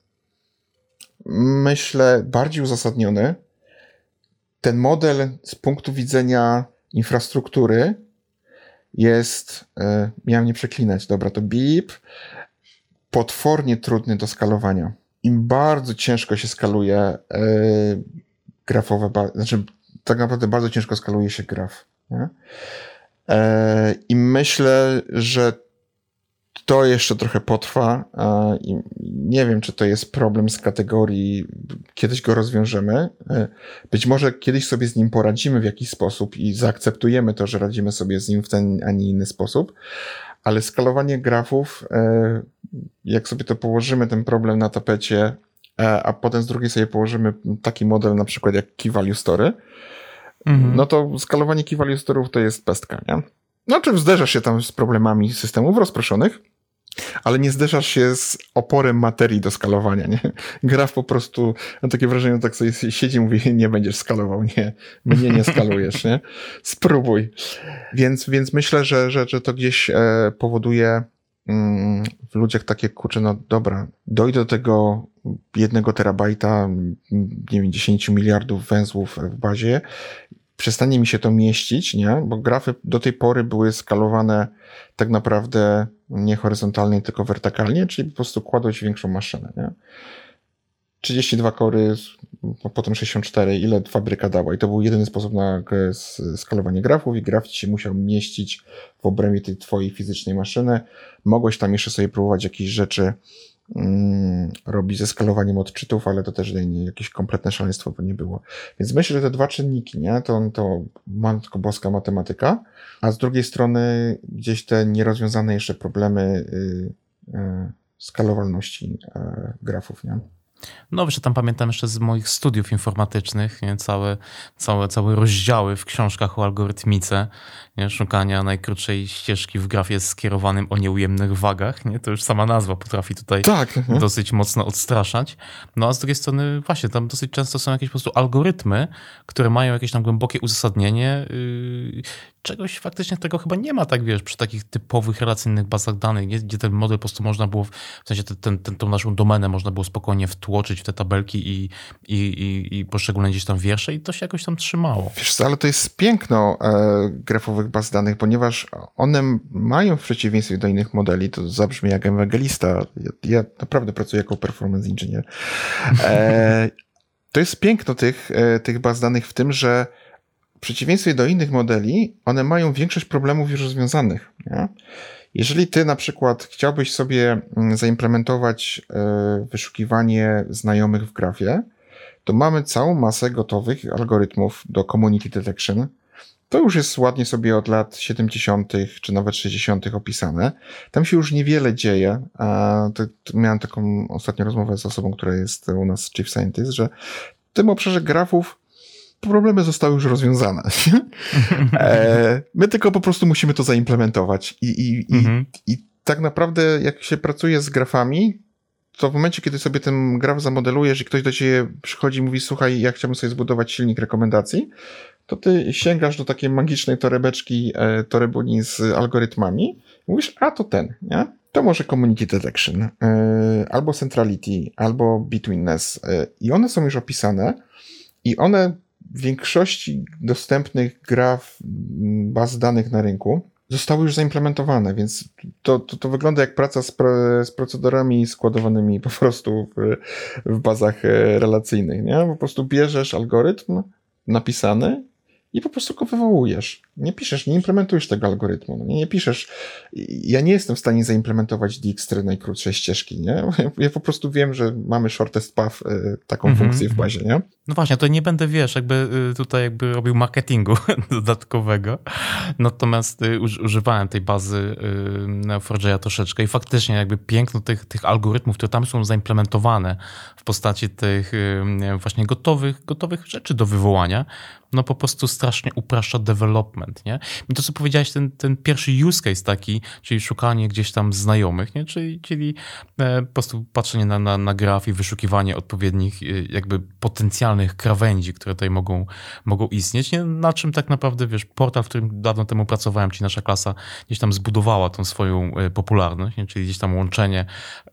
[SPEAKER 2] myślę, bardziej uzasadniony. Ten model z punktu widzenia infrastruktury jest, miałem nie przeklinać, dobra, to BIP, potwornie trudny do skalowania. Im bardzo ciężko się skaluje grafowe, znaczy tak naprawdę bardzo ciężko skaluje się graf. Nie? I myślę, że to jeszcze trochę potrwa i nie wiem, czy to jest problem z kategorii, kiedyś go rozwiążemy. Być może kiedyś sobie z nim poradzimy w jakiś sposób i zaakceptujemy to, że radzimy sobie z nim w ten, a nie inny sposób, ale skalowanie grafów, jak sobie to położymy, ten problem na tapecie, a potem z drugiej sobie położymy taki model na przykład jak Key Value Story, no to skalowanie Key Value Story'ów to jest pestka, nie? No, czy zderzasz się tam z problemami systemów rozproszonych, ale nie zderzasz się z oporem materii do skalowania, nie? Graf po prostu, mam takie wrażenie, tak sobie siedzi i mówi, nie będziesz skalował, nie, mnie nie skalujesz, nie? Spróbuj. Więc myślę, że to gdzieś powoduje w ludziach takie, kurczę, no dobra, dojdę do tego 1 terabajta, nie wiem, 10 miliardów węzłów w bazie, przestanie mi się to mieścić, nie? Bo grafy do tej pory były skalowane tak naprawdę nie horyzontalnie, tylko wertykalnie, czyli po prostu kładłeś większą maszynę, nie? 32 kory, potem 64, ile fabryka dała i to był jedyny sposób na skalowanie grafów i graf ci się musiał mieścić w obrębie tej twojej fizycznej maszyny. Mogłeś tam jeszcze sobie próbować jakieś rzeczy robi ze skalowaniem odczytów, ale to też jakieś kompletne szaleństwo by nie było. Więc myślę, że te dwa czynniki, nie? To matko boska matematyka, a z drugiej strony gdzieś te nierozwiązane jeszcze problemy skalowalności grafów, nie?
[SPEAKER 1] No, że tam pamiętam jeszcze z moich studiów informatycznych, nie? Całe rozdziały w książkach o algorytmice, nie? Szukania najkrótszej ścieżki w grafie skierowanym o nieujemnych wagach, nie? To już sama nazwa potrafi tutaj dosyć mocno odstraszać. No a z drugiej strony właśnie tam dosyć często są jakieś po prostu algorytmy, które mają jakieś tam głębokie uzasadnienie, czegoś faktycznie tego chyba nie ma, tak wiesz, przy takich typowych relacyjnych bazach danych, nie? Gdzie ten model po prostu można było, w sensie tą naszą domenę można było spokojnie wtłoczyć w te tabelki i poszczególne gdzieś tam wiersze i to się jakoś tam trzymało.
[SPEAKER 2] Wiesz co, ale to jest piękno grafowych baz danych, ponieważ one mają w przeciwieństwie do innych modeli, to zabrzmi jak ewangelista, ja naprawdę pracuję jako performance engineer. To jest piękno tych baz danych w tym, że w przeciwieństwie do innych modeli, one mają większość problemów już rozwiązanych. Nie? Jeżeli ty na przykład chciałbyś sobie zaimplementować wyszukiwanie znajomych w grafie, to mamy całą masę gotowych algorytmów do community detection. To już jest ładnie sobie od lat 70. czy nawet 60. opisane. Tam się już niewiele dzieje. Miałem taką ostatnią rozmowę z osobą, która jest u nas chief scientist, że w tym obszarze grafów problemy zostały już rozwiązane. My tylko po prostu musimy to zaimplementować. I tak naprawdę jak się pracuje z grafami, to w momencie, kiedy sobie ten graf zamodelujesz i ktoś do ciebie przychodzi i mówi, słuchaj, ja chciałbym sobie zbudować silnik rekomendacji, to ty sięgasz do takiej magicznej torebeczki, torebuni z algorytmami i mówisz, a to ten, nie? To może community detection, albo centrality, albo betweenness. I one są już opisane i one w większości dostępnych graf baz danych na rynku zostały już zaimplementowane, więc to wygląda jak praca z procedurami składowanymi po prostu w bazach relacyjnych, nie? Po prostu bierzesz algorytm napisany i po prostu go wywołujesz. Nie piszesz, nie implementujesz tego algorytmu. Nie piszesz. Ja nie jestem w stanie zaimplementować Dijkstry najkrótszej ścieżki, nie? Ja po prostu wiem, że mamy shortest path, taką funkcję w bazie, nie?
[SPEAKER 1] No właśnie, to nie będę, tutaj robił marketingu dodatkowego. Natomiast używałem tej bazy Neo4j troszeczkę i faktycznie jakby piękno tych algorytmów, które tam są zaimplementowane w postaci tych właśnie gotowych rzeczy do wywołania, no po prostu strasznie upraszcza development, nie? I to, co powiedziałeś, ten pierwszy use case taki, czyli szukanie gdzieś tam znajomych, nie? Czyli po prostu patrzenie na graf i wyszukiwanie odpowiednich jakby potencjalnych krawędzi, które tutaj mogą istnieć, nie? Na czym tak naprawdę, portal, w którym dawno temu pracowałem, czyli nasza klasa gdzieś tam zbudowała tą swoją popularność, nie? Czyli gdzieś tam łączenie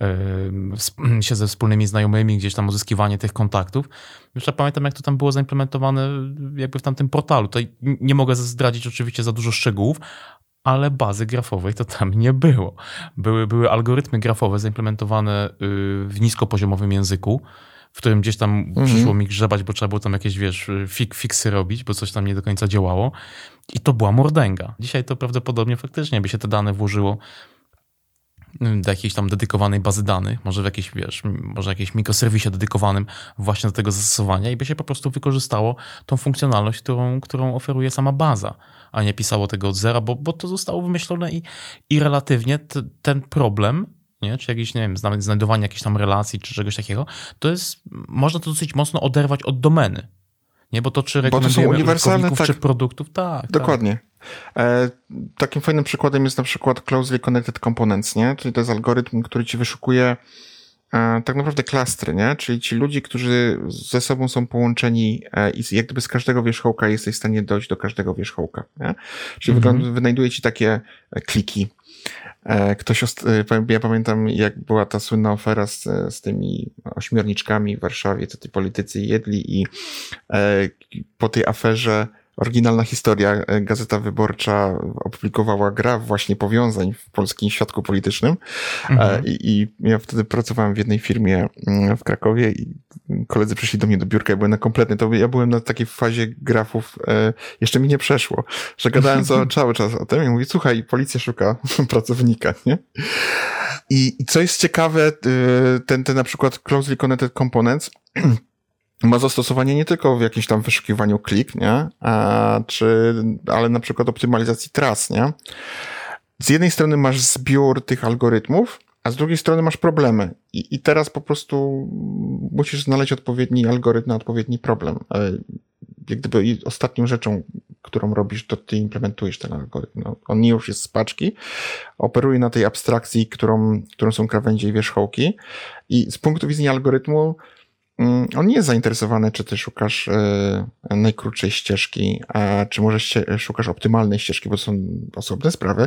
[SPEAKER 1] się ze wspólnymi znajomymi, gdzieś tam uzyskiwanie tych kontaktów. Już ja pamiętam, jak to tam było zaimplementowane jakby w tamtym portalu. Tutaj nie mogę zdradzić oczywiście za dużo szczegółów, ale bazy grafowej to tam nie było. Były algorytmy grafowe zaimplementowane w niskopoziomowym języku, w którym gdzieś tam przyszło mi grzebać, bo trzeba było tam jakieś, fiksy robić, bo coś tam nie do końca działało. I to była mordęga. Dzisiaj to prawdopodobnie faktycznie by się te dane włożyło do jakiejś tam dedykowanej bazy danych, może w jakimś mikroserwisie dedykowanym właśnie do tego zastosowania i by się po prostu wykorzystało tą funkcjonalność, którą oferuje sama baza, a nie pisało tego od zera, bo to zostało wymyślone i relatywnie ten problem, nie? Czy jakieś, nie wiem, znajdowanie jakichś tam relacji, czy czegoś takiego, można to dosyć mocno oderwać od domeny. Nie, bo to czy rekomendujemy użytkowników, czy produktów, tak.
[SPEAKER 2] Dokładnie. Takim fajnym przykładem jest na przykład Closely Connected Components, nie? Czyli to jest algorytm, który ci wyszukuje tak naprawdę klastry, nie? Czyli ci ludzie, którzy ze sobą są połączeni i jak gdyby z każdego wierzchołka jesteś w stanie dojść do każdego wierzchołka, nie? Czyli wynajduje ci takie kliki. Ja pamiętam, jak była ta słynna afera z tymi ośmiorniczkami w Warszawie, co ci politycy jedli i po tej aferze oryginalna historia, Gazeta Wyborcza opublikowała graf właśnie powiązań w polskim świadku politycznym i ja wtedy pracowałem w jednej firmie w Krakowie i koledzy przyszli do mnie do biurka, ja byłem na kompletny, to ja byłem na takiej fazie grafów, jeszcze mi nie przeszło, że gadałem cały czas o tym i mówię, słuchaj, policja szuka pracownika, nie? I co jest ciekawe, ten na przykład Closely Connected Components ma zastosowanie nie tylko w jakimś tam wyszukiwaniu klik, nie? Ale na przykład optymalizacji tras, nie? Z jednej strony masz zbiór tych algorytmów, a z drugiej strony masz problemy. I teraz po prostu musisz znaleźć odpowiedni algorytm na odpowiedni problem. Jak gdyby ostatnią rzeczą, którą robisz, to ty implementujesz ten algorytm. No, on nie już jest z paczki, operuje na tej abstrakcji, którą są krawędzie i wierzchołki. I z punktu widzenia algorytmu on nie jest zainteresowany, czy ty szukasz najkrótszej ścieżki, czy może szukasz optymalnej ścieżki, bo to są osobne sprawy.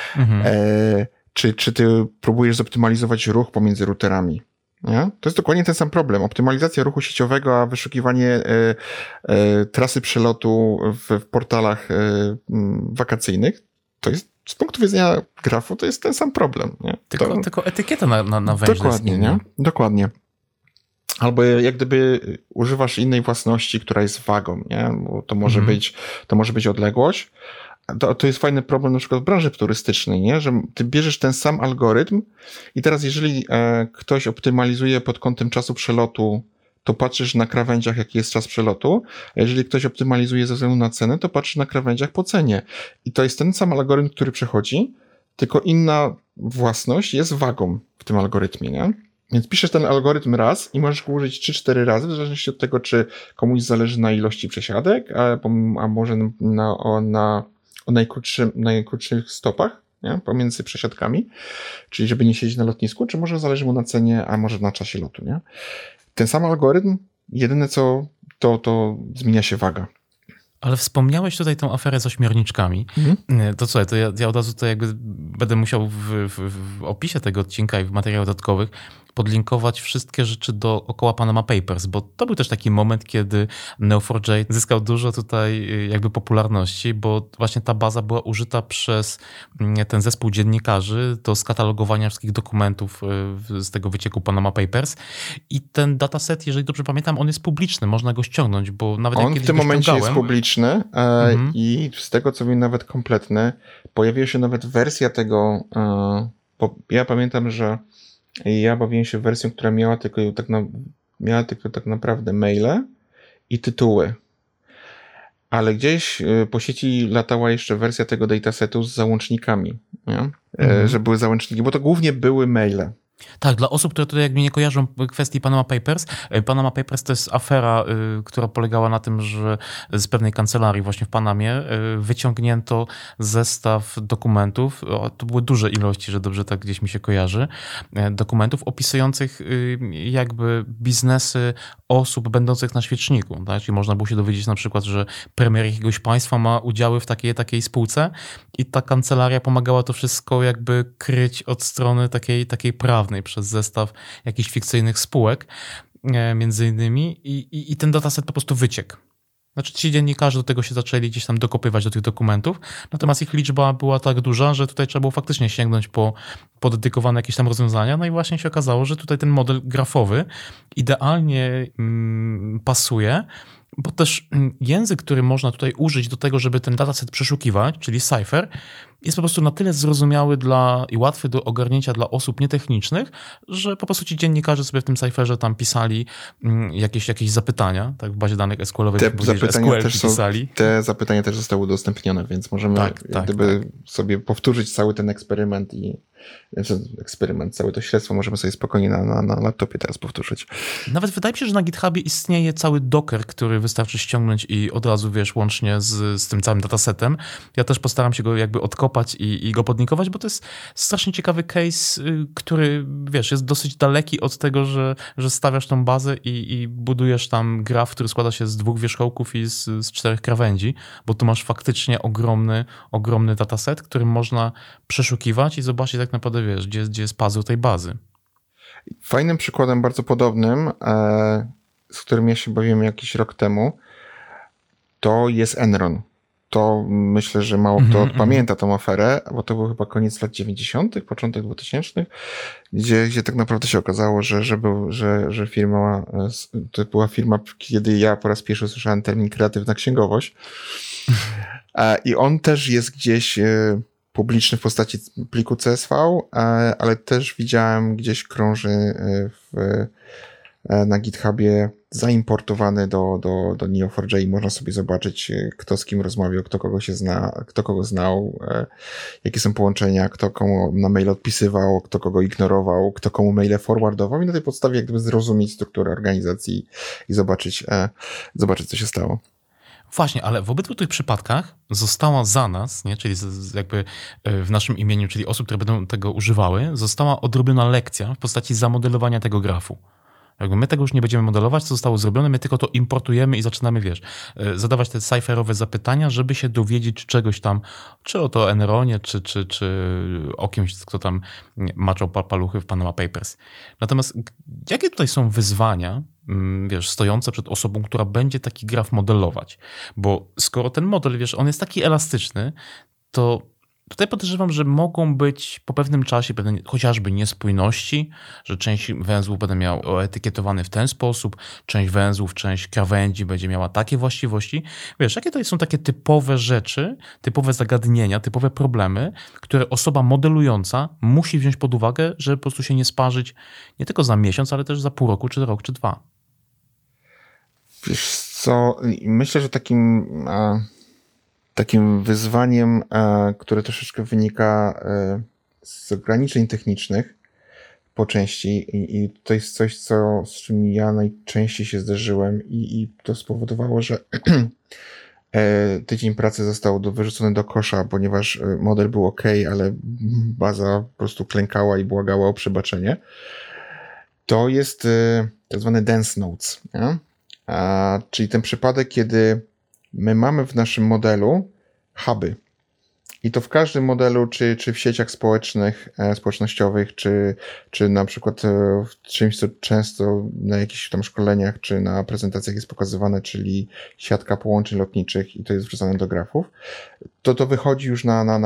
[SPEAKER 2] Czy ty próbujesz zoptymalizować ruch pomiędzy routerami. Nie? To jest dokładnie ten sam problem. Optymalizacja ruchu sieciowego, a wyszukiwanie trasy przelotu w portalach wakacyjnych, to jest z punktu widzenia grafu, to jest ten sam problem. Nie?
[SPEAKER 1] Tylko etykieta na węźle.
[SPEAKER 2] Dokładnie, nie? Dokładnie. Albo jak gdyby używasz innej własności, która jest wagą, nie? Bo to może być odległość. To jest fajny problem na przykład w branży turystycznej, nie? Że ty bierzesz ten sam algorytm i teraz jeżeli ktoś optymalizuje pod kątem czasu przelotu, to patrzysz na krawędziach, jaki jest czas przelotu, a jeżeli ktoś optymalizuje ze względu na cenę, to patrzysz na krawędziach po cenie. I to jest ten sam algorytm, który przechodzi, tylko inna własność jest wagą w tym algorytmie, nie? Więc piszesz ten algorytm raz i możesz go użyć 3-4 razy, w zależności od tego, czy komuś zależy na ilości przesiadek, a może na najkrótszych stopach, nie? Pomiędzy przesiadkami, czyli żeby nie siedzieć na lotnisku, czy może zależy mu na cenie, a może na czasie lotu, nie? Ten sam algorytm, jedyne co, to zmienia się waga.
[SPEAKER 1] Ale wspomniałeś tutaj tą aferę z ośmiorniczkami. To co, to ja od razu to jakby będę musiał w opisie tego odcinka i w materiałach dodatkowych podlinkować wszystkie rzeczy dookoła Panama Papers, bo to był też taki moment, kiedy Neo4j zyskał dużo tutaj jakby popularności, bo właśnie ta baza była użyta przez ten zespół dziennikarzy do skatalogowania wszystkich dokumentów z tego wycieku Panama Papers i ten dataset, jeżeli dobrze pamiętam, on jest publiczny, można go ściągnąć, bo nawet jak
[SPEAKER 2] on
[SPEAKER 1] kiedyś
[SPEAKER 2] w tym
[SPEAKER 1] go
[SPEAKER 2] momencie
[SPEAKER 1] ściągałem,
[SPEAKER 2] jest publiczny i z tego, co wiem, nawet kompletny. Pojawiła się nawet wersja tego, bo ja pamiętam, że ja bawiłem się wersją, która miała tylko tak naprawdę maile i tytuły. Ale gdzieś po sieci latała jeszcze wersja tego datasetu z załącznikami, nie? Że były załączniki, bo to głównie były maile.
[SPEAKER 1] Tak, dla osób, które tutaj jakby nie kojarzą kwestii Panama Papers, Panama Papers to jest afera, która polegała na tym, że z pewnej kancelarii właśnie w Panamie wyciągnięto zestaw dokumentów, to były duże ilości, że dobrze tak gdzieś mi się kojarzy, dokumentów opisujących jakby biznesy osób będących na świeczniku. Tak? Czyli można było się dowiedzieć na przykład, że premier jakiegoś państwa ma udziały w takiej spółce i ta kancelaria pomagała to wszystko jakby kryć od strony takiej prawnej przez zestaw jakichś fikcyjnych spółek między innymi i ten dataset po prostu wyciekł. Znaczy ci dziennikarze do tego się zaczęli gdzieś tam dokopywać do tych dokumentów, natomiast ich liczba była tak duża, że tutaj trzeba było faktycznie sięgnąć po dedykowane jakieś tam rozwiązania, no i właśnie się okazało, że tutaj ten model grafowy idealnie pasuje, bo też język, który można tutaj użyć do tego, żeby ten dataset przeszukiwać, czyli Cypher, jest po prostu na tyle zrozumiały i łatwy do ogarnięcia dla osób nietechnicznych, że po prostu ci dziennikarze sobie w tym Cypherze tam pisali jakieś zapytania, tak w bazie danych SQL-owej.
[SPEAKER 2] Te zapytania też zostały udostępnione, więc możemy sobie powtórzyć cały ten eksperyment całe to śledztwo możemy sobie spokojnie na laptopie teraz powtórzyć.
[SPEAKER 1] Nawet wydaje mi się, że na GitHubie istnieje cały Docker, który wystarczy ściągnąć i od razu, łącznie z tym całym datasetem. Ja też postaram się go jakby odkopać i go podlinkować, bo to jest strasznie ciekawy case, który, jest dosyć daleki od tego, że stawiasz tą bazę i budujesz tam graf, który składa się z 2 wierzchołków i z 4 krawędzi, bo tu masz faktycznie ogromny dataset, który można przeszukiwać i zobaczyć tak naprawdę, gdzie jest puzzle tej bazy.
[SPEAKER 2] Fajnym przykładem, bardzo podobnym, z którym ja się bawiłem jakiś rok temu, to jest Enron. To myślę, że mało kto pamięta tą aferę, bo to był chyba koniec lat 90., początek 2000, gdzie tak naprawdę się okazało, że firma, to była firma, kiedy ja po raz pierwszy usłyszałem termin kreatywna księgowość. I on też jest gdzieś publiczny w postaci pliku CSV, ale też widziałem gdzieś krąży na GitHubie zaimportowany do Neo4j i można sobie zobaczyć, kto z kim rozmawiał, kto kogo znał, jakie są połączenia, kto komu na mail odpisywał, kto kogo ignorował, kto komu maile forwardował i na tej podstawie jak gdyby zrozumieć strukturę organizacji i zobaczyć, co się stało.
[SPEAKER 1] Właśnie, ale w obydwu tych przypadkach została za nas, czyli jakby w naszym imieniu, czyli osób, które będą tego używały, została odrobiona lekcja w postaci zamodelowania tego grafu. Jakby my tego już nie będziemy modelować, co zostało zrobione, my tylko to importujemy i zaczynamy, zadawać te cyferowe zapytania, żeby się dowiedzieć czegoś tam, czy o to Enronie, czy o kimś, kto tam maczał paluchy w Panama Papers. Natomiast jakie tutaj są wyzwania, stojące przed osobą, która będzie taki graf modelować? Bo skoro ten model, on jest taki elastyczny, to tutaj podejrzewam, że mogą być po pewnym czasie chociażby niespójności, że część węzłów będę miał etykietowany w ten sposób, część węzłów, część krawędzi będzie miała takie właściwości. Jakie tutaj są takie typowe rzeczy, typowe zagadnienia, typowe problemy, które osoba modelująca musi wziąć pod uwagę, żeby po prostu się nie sparzyć nie tylko za miesiąc, ale też za pół roku, czy rok, czy 2.
[SPEAKER 2] Wiesz co, myślę, że takim wyzwaniem, które troszeczkę wynika z ograniczeń technicznych po części i to jest coś, z czym ja najczęściej się zderzyłem i to spowodowało, że tydzień pracy został wyrzucony do kosza, ponieważ model był ok, ale baza po prostu klękała i błagała o przebaczenie. To jest tak zwany dense nodes, nie? Czyli ten przypadek, kiedy my mamy w naszym modelu huby I to w każdym modelu, czy w sieciach społecznościowych, czy na przykład w czymś, co często na jakichś tam szkoleniach, czy na prezentacjach jest pokazywane, czyli siatka połączeń lotniczych i to jest wrzucane do grafów, to wychodzi już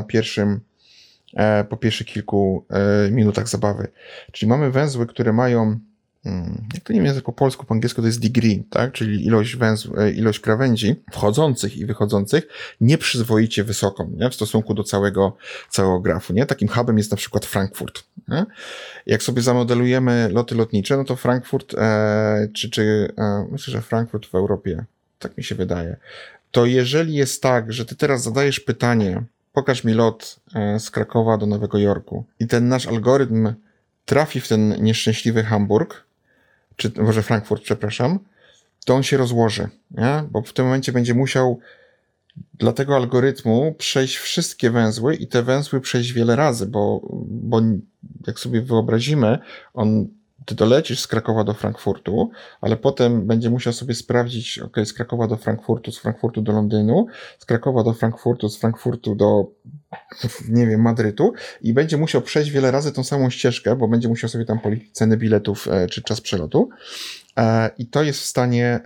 [SPEAKER 2] po pierwszych kilku minutach zabawy. Czyli mamy węzły, które mają, jak to nie wiem, po polsku, po angielsku to jest degree, tak? Czyli ilość krawędzi wchodzących i wychodzących nieprzyzwoicie wysoką, nie? W stosunku do całego grafu. Nie? Takim hubem jest na przykład Frankfurt. Nie? Jak sobie zamodelujemy loty lotnicze, no to Frankfurt, myślę, że Frankfurt w Europie, tak mi się wydaje, to jeżeli jest tak, że ty teraz zadajesz pytanie, pokaż mi lot z Krakowa do Nowego Jorku i ten nasz algorytm trafi w ten nieszczęśliwy Hamburg, czy może Frankfurt, przepraszam, to on się rozłoży, nie? Bo w tym momencie będzie musiał dla tego algorytmu przejść wszystkie węzły i te węzły przejść wiele razy, bo jak sobie wyobrazimy, ty dolecisz z Krakowa do Frankfurtu, ale potem będzie musiał sobie sprawdzić, z Krakowa do Frankfurtu, z Frankfurtu do Londynu, z Krakowa do Frankfurtu, z Frankfurtu do, nie wiem, Madrytu i będzie musiał przejść wiele razy tą samą ścieżkę, bo będzie musiał sobie tam policzyć ceny biletów czy czas przelotu i to jest w stanie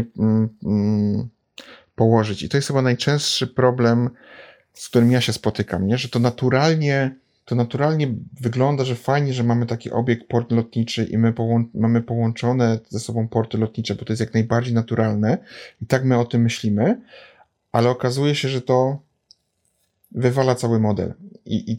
[SPEAKER 2] położyć. I to jest chyba najczęstszy problem, z którym ja się spotykam, nie? Że to naturalnie wygląda, że fajnie, że mamy taki obiekt port lotniczy i my mamy połączone ze sobą porty lotnicze, bo to jest jak najbardziej naturalne i tak my o tym myślimy, ale okazuje się, że to wywala cały model i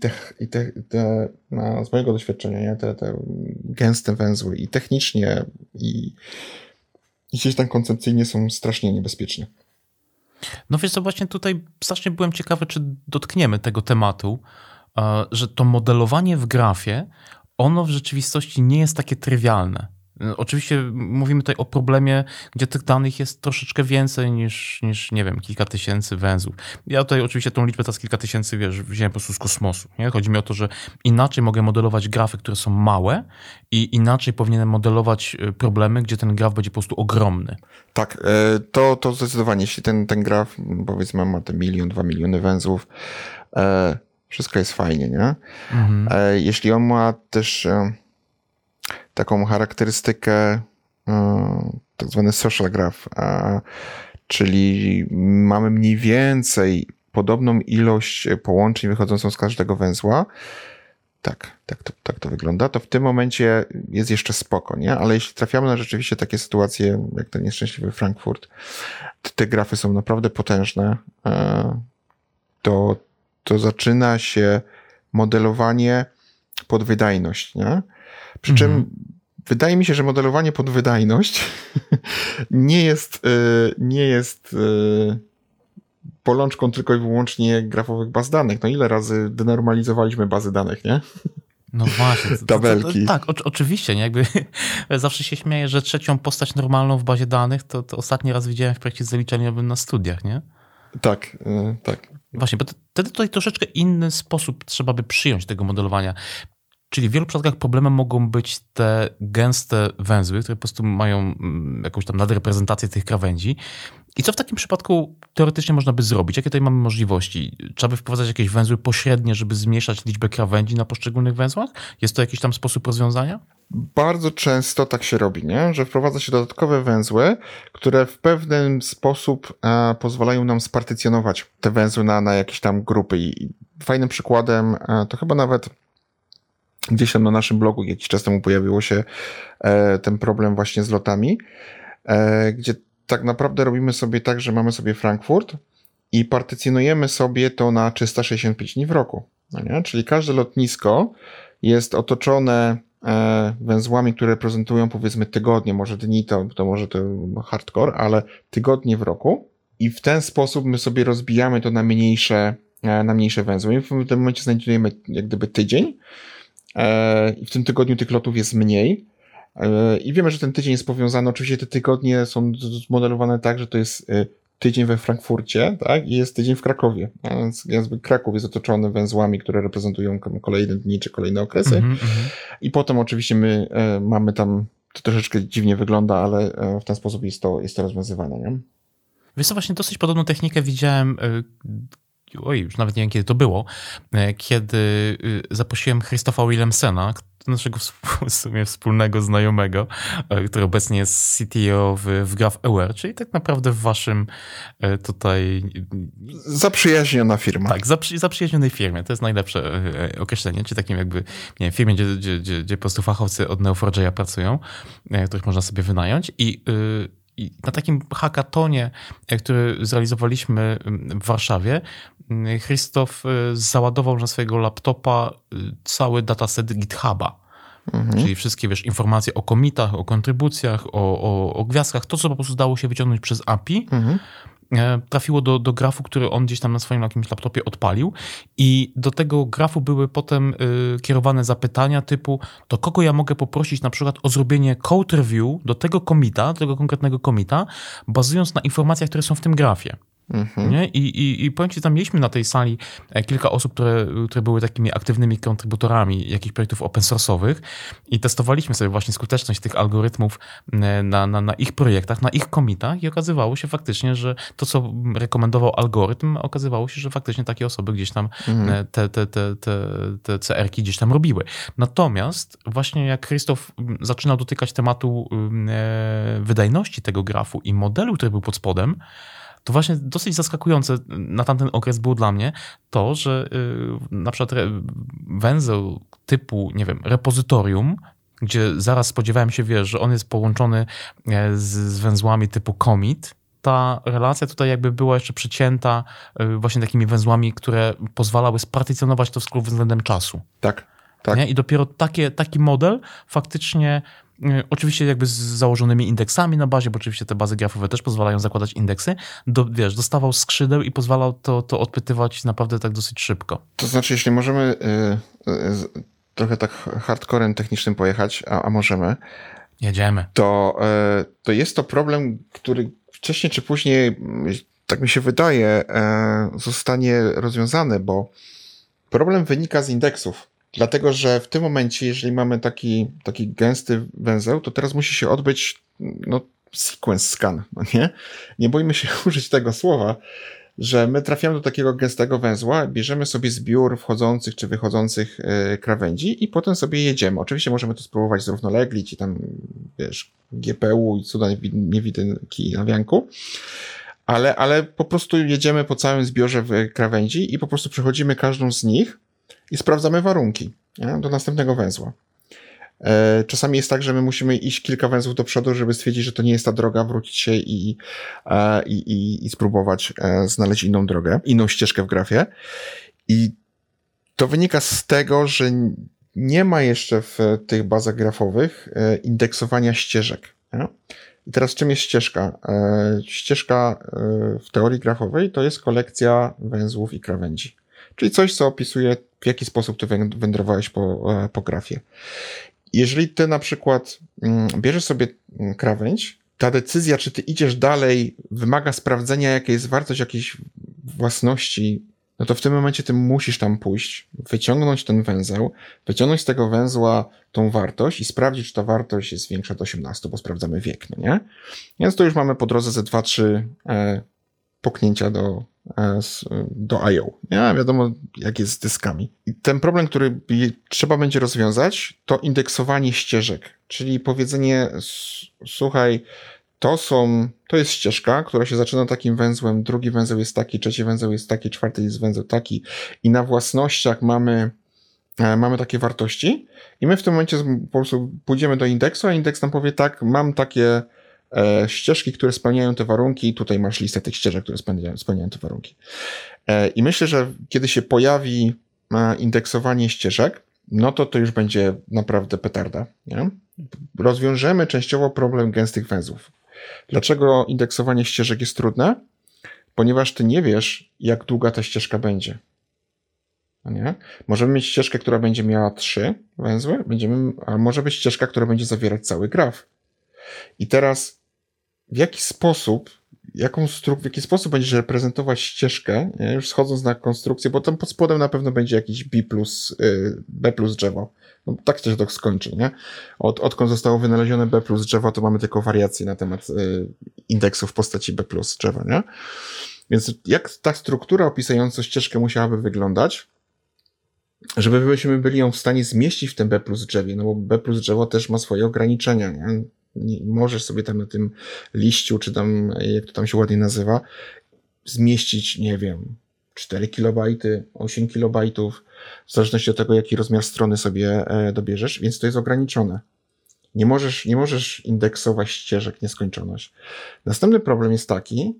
[SPEAKER 2] z mojego doświadczenia, nie? Te gęste węzły i technicznie i gdzieś tam koncepcyjnie są strasznie niebezpieczne.
[SPEAKER 1] No wiesz co, właśnie tutaj strasznie byłem ciekawy, czy dotkniemy tego tematu, że to modelowanie w grafie, ono w rzeczywistości nie jest takie trywialne. Oczywiście mówimy tutaj o problemie, gdzie tych danych jest troszeczkę więcej niż nie wiem, kilka tysięcy węzłów. Ja tutaj oczywiście tą liczbę teraz kilka tysięcy, wziąłem po prostu z kosmosu. Nie? Chodzi mi o to, że inaczej mogę modelować grafy, które są małe i inaczej powinienem modelować problemy, gdzie ten graf będzie po prostu ogromny.
[SPEAKER 2] Tak, to zdecydowanie, jeśli ten graf, powiedzmy, ma te 1 milion, 2 miliony węzłów, wszystko jest fajnie, nie? Mhm. Jeśli on ma też taką charakterystykę, tak zwany social graph, czyli mamy mniej więcej podobną ilość połączeń wychodzącą z każdego węzła, tak to wygląda, to w tym momencie jest jeszcze spoko, nie? Ale jeśli trafiamy na rzeczywiście takie sytuacje, jak ten nieszczęśliwy Frankfurt, te grafy są naprawdę potężne, to zaczyna się modelowanie pod wydajność, nie? Przy czym wydaje mi się, że modelowanie pod wydajność nie jest bolączką tylko i wyłącznie grafowych baz danych. No ile razy denormalizowaliśmy bazy danych, nie?
[SPEAKER 1] No właśnie.
[SPEAKER 2] Tabelki.
[SPEAKER 1] Tak, oczywiście. Nie? Jakby zawsze się śmieję, że trzecią postać normalną w bazie danych to ostatni raz widziałem w projekcie zaliczeniowym na studiach, nie?
[SPEAKER 2] Tak.
[SPEAKER 1] Właśnie, bo wtedy tutaj troszeczkę inny sposób trzeba by przyjąć tego modelowania. Czyli w wielu przypadkach problemem mogą być te gęste węzły, które po prostu mają jakąś tam nadreprezentację tych krawędzi. I co w takim przypadku teoretycznie można by zrobić? Jakie tutaj mamy możliwości? Trzeba by wprowadzać jakieś węzły pośrednie, żeby zmniejszać liczbę krawędzi na poszczególnych węzłach? Jest to jakiś tam sposób rozwiązania?
[SPEAKER 2] Bardzo często tak się robi, nie? Że wprowadza się dodatkowe węzły, które w pewien sposób pozwalają nam spartycjonować te węzły na jakieś tam grupy. I fajnym przykładem to chyba nawet gdzieś tam na naszym blogu jakiś czas temu pojawiło się ten problem właśnie z lotami, gdzie tak naprawdę robimy sobie tak, że mamy sobie Frankfurt i partycjonujemy sobie to na 365 dni w roku. No nie? Czyli każde lotnisko jest otoczone węzłami, które reprezentują powiedzmy tygodnie, może dni to może to hardcore, ale tygodnie w roku i w ten sposób my sobie rozbijamy to na mniejsze węzły. I w tym momencie znajdujemy jak gdyby tydzień, i w tym tygodniu tych lotów jest mniej i wiemy, że ten tydzień jest powiązany, oczywiście te tygodnie są zmodelowane tak, że to jest tydzień we Frankfurcie, tak, i jest tydzień w Krakowie, a więc jakby Kraków jest otoczony węzłami, które reprezentują kolejne dni czy kolejne okresy i potem oczywiście my mamy tam, to troszeczkę dziwnie wygląda, ale w ten sposób jest to rozwiązywane, nie?
[SPEAKER 1] Wiesz co, właśnie dosyć podobną technikę widziałem już nawet nie wiem kiedy to było, kiedy zaprosiłem Christopha Williamsona, naszego w sumie wspólnego znajomego, który obecnie jest CTO w GraphAware, czyli tak naprawdę w waszym tutaj...
[SPEAKER 2] Zaprzyjaźniona firma.
[SPEAKER 1] Tak, zaprzyjaźnionej firmie. To jest najlepsze określenie, czy takim jakby nie wiem, firmie, gdzie po prostu fachowcy od Neo4j pracują, których można sobie wynająć i na takim hackatonie, który zrealizowaliśmy w Warszawie, Christoph załadował na swojego laptopa cały dataset GitHuba. Czyli wszystkie, informacje o commitach, o kontrybucjach, o gwiazdkach, to co po prostu dało się wyciągnąć przez API, trafiło do grafu, który on gdzieś tam na swoim jakimś laptopie odpalił i do tego grafu były potem kierowane zapytania typu, to kogo ja mogę poprosić na przykład o zrobienie code review do tego commita, do tego konkretnego commita, bazując na informacjach, które są w tym grafie. Nie? I powiem ci, tam mieliśmy na tej sali kilka osób, które były takimi aktywnymi kontrybutorami jakichś projektów open source'owych i testowaliśmy sobie właśnie skuteczność tych algorytmów na ich projektach, na ich commitach i okazywało się faktycznie, że to, co rekomendował algorytm, okazywało się, że faktycznie takie osoby gdzieś tam te CR-ki gdzieś tam robiły. Natomiast właśnie jak Christoph zaczynał dotykać tematu wydajności tego grafu i modelu, który był pod spodem, to właśnie dosyć zaskakujące na tamten okres było dla mnie to, że na przykład węzeł typu, nie wiem, repozytorium, gdzie zaraz spodziewałem się, że on jest połączony z węzłami typu commit, ta relacja tutaj jakby była jeszcze przycięta właśnie takimi węzłami, które pozwalały spartycjonować to wszystko względem czasu.
[SPEAKER 2] Tak.
[SPEAKER 1] Nie? I dopiero taki model faktycznie, oczywiście jakby z założonymi indeksami na bazie, bo oczywiście te bazy grafowe też pozwalają zakładać indeksy, dostawał skrzydeł i pozwalał to odpytywać naprawdę tak dosyć szybko.
[SPEAKER 2] To znaczy, jeśli możemy trochę tak hardcorem technicznym pojechać, a możemy,
[SPEAKER 1] jedziemy.
[SPEAKER 2] To jest to problem, który wcześniej czy później, tak mi się wydaje, zostanie rozwiązany, bo problem wynika z indeksów. Dlatego, że w tym momencie, jeżeli mamy taki gęsty węzeł, to teraz musi się odbyć sequence scan, nie? Nie bójmy się użyć tego słowa, że my trafiamy do takiego gęstego węzła, bierzemy sobie zbiór wchodzących czy wychodzących krawędzi i potem sobie jedziemy. Oczywiście możemy to spróbować zrównoleglić i tam, GPU i cuda nie widzę kij na wianku, ale po prostu jedziemy po całym zbiorze krawędzi i po prostu przechodzimy każdą z nich i sprawdzamy warunki, nie? Do następnego węzła. Czasami jest tak, że my musimy iść kilka węzłów do przodu, żeby stwierdzić, że to nie jest ta droga, wrócić się i spróbować znaleźć inną drogę, inną ścieżkę w grafie. I to wynika z tego, że nie ma jeszcze w tych bazach grafowych indeksowania ścieżek. Nie? I teraz czym jest ścieżka? Ścieżka w teorii grafowej to jest kolekcja węzłów i krawędzi. Czyli coś, co opisuje, w jaki sposób ty wędrowałeś po grafie. Jeżeli ty na przykład bierzesz sobie krawędź, ta decyzja, czy ty idziesz dalej, wymaga sprawdzenia, jaka jest wartość jakiejś własności, no to w tym momencie ty musisz tam pójść, wyciągnąć ten węzeł, wyciągnąć z tego węzła tą wartość i sprawdzić, czy ta wartość jest większa od 18, bo sprawdzamy wiek, no nie? Więc to już mamy po drodze ze 2-3 puknięcia do I.O. Nie? Wiadomo, jak jest z dyskami. I ten problem, który trzeba będzie rozwiązać, to indeksowanie ścieżek, czyli powiedzenie, słuchaj, to jest ścieżka, która się zaczyna takim węzłem, drugi węzeł jest taki, trzeci węzeł jest taki, czwarty jest węzeł taki i na własnościach mamy takie wartości i my w tym momencie po prostu pójdziemy do indeksu, a indeks nam powie tak, mam takie ścieżki, które spełniają te warunki i tutaj masz listę tych ścieżek, które spełniają te warunki. I myślę, że kiedy się pojawi indeksowanie ścieżek, no to już będzie naprawdę petarda. Nie? Rozwiążemy częściowo problem gęstych węzłów. Dlaczego indeksowanie ścieżek jest trudne? Ponieważ ty nie wiesz, jak długa ta ścieżka będzie. Nie? Możemy mieć ścieżkę, która będzie miała 3 węzły, a może być ścieżka, która będzie zawierać cały graf. I teraz w jaki sposób będziesz reprezentować ścieżkę, nie? Już schodząc na konstrukcję, bo tam pod spodem na pewno będzie jakiś B plus drzewo. No, tak się to skończy, nie? Odkąd zostało wynalezione B plus drzewo, to mamy tylko wariacje na temat indeksu w postaci B plus drzewa, nie? Więc jak ta struktura opisująca ścieżkę musiałaby wyglądać, żebyśmy byli ją w stanie zmieścić w tym B plus drzewie, no bo B plus drzewo też ma swoje ograniczenia, nie możesz sobie tam na tym liściu, czy tam, jak to tam się ładnie nazywa, zmieścić, nie wiem, 4 kilobajty, 8 kilobajtów, w zależności od tego, jaki rozmiar strony sobie dobierzesz, więc to jest ograniczone. Nie możesz indeksować ścieżek nieskończoność. Następny problem jest taki,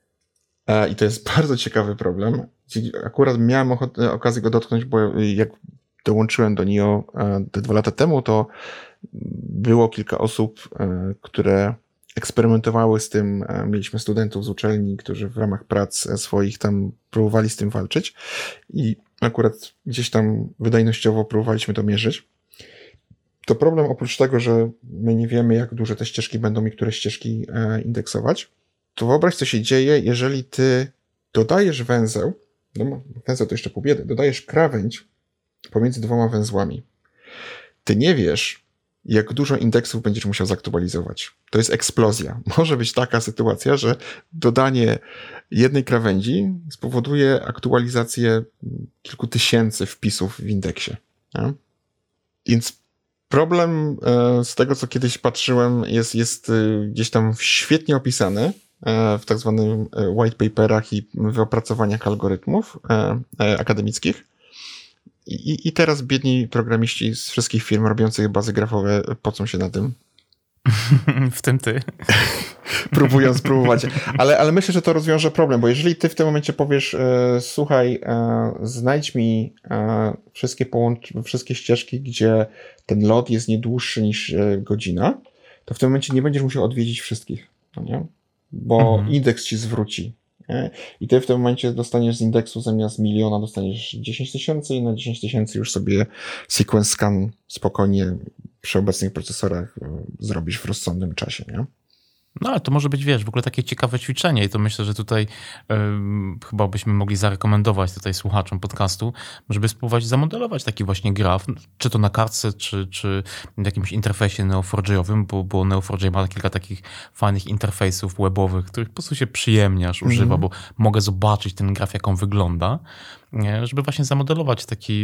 [SPEAKER 2] i to jest bardzo ciekawy problem, akurat miałem okazję go dotknąć, bo jak dołączyłem do NIO te 2 lata temu, to było kilka osób, które eksperymentowały z tym. Mieliśmy studentów z uczelni, którzy w ramach prac swoich tam próbowali z tym walczyć i akurat gdzieś tam wydajnościowo próbowaliśmy to mierzyć. To problem oprócz tego, że my nie wiemy, jak duże te ścieżki będą i które ścieżki indeksować, to wyobraź, co się dzieje, jeżeli ty dodajesz węzeł, no węzeł to jeszcze pół biedy, dodajesz krawędź pomiędzy 2 węzłami. Ty nie wiesz, jak dużo indeksów będziesz musiał zaktualizować. To jest eksplozja. Może być taka sytuacja, że dodanie jednej krawędzi spowoduje aktualizację kilku tysięcy wpisów w indeksie. Nie? Więc problem z tego, co kiedyś patrzyłem, jest gdzieś tam świetnie opisany w tak zwanym white paperach i w opracowaniach algorytmów akademickich. I teraz biedni programiści z wszystkich firm robiących bazy grafowe pocą się na tym.
[SPEAKER 1] W tym ty.
[SPEAKER 2] Próbują spróbować. Ale myślę, że to rozwiąże problem, bo jeżeli ty w tym momencie powiesz, słuchaj, znajdź mi wszystkie ścieżki, gdzie ten lot jest nie dłuższy niż godzina, to w tym momencie nie będziesz musiał odwiedzić wszystkich, no nie? Bo indeks ci zwróci. Nie? I ty w tym momencie dostaniesz z indeksu zamiast 1 miliona dostaniesz 10 000 i na 10 000 już sobie sequence scan spokojnie przy obecnych procesorach zrobisz w rozsądnym czasie, nie?
[SPEAKER 1] No ale to może być, wiesz, w ogóle takie ciekawe ćwiczenie i to myślę, że tutaj chyba byśmy mogli zarekomendować tutaj słuchaczom podcastu, żeby spróbować zamodelować taki właśnie graf, czy to na kartce, czy w jakimś interfejsie Neo4j-owym, bo Neo4j ma kilka takich fajnych interfejsów webowych, których po prostu się przyjemnie aż używa, bo mogę zobaczyć ten graf, jak on wygląda, nie? Żeby właśnie zamodelować taki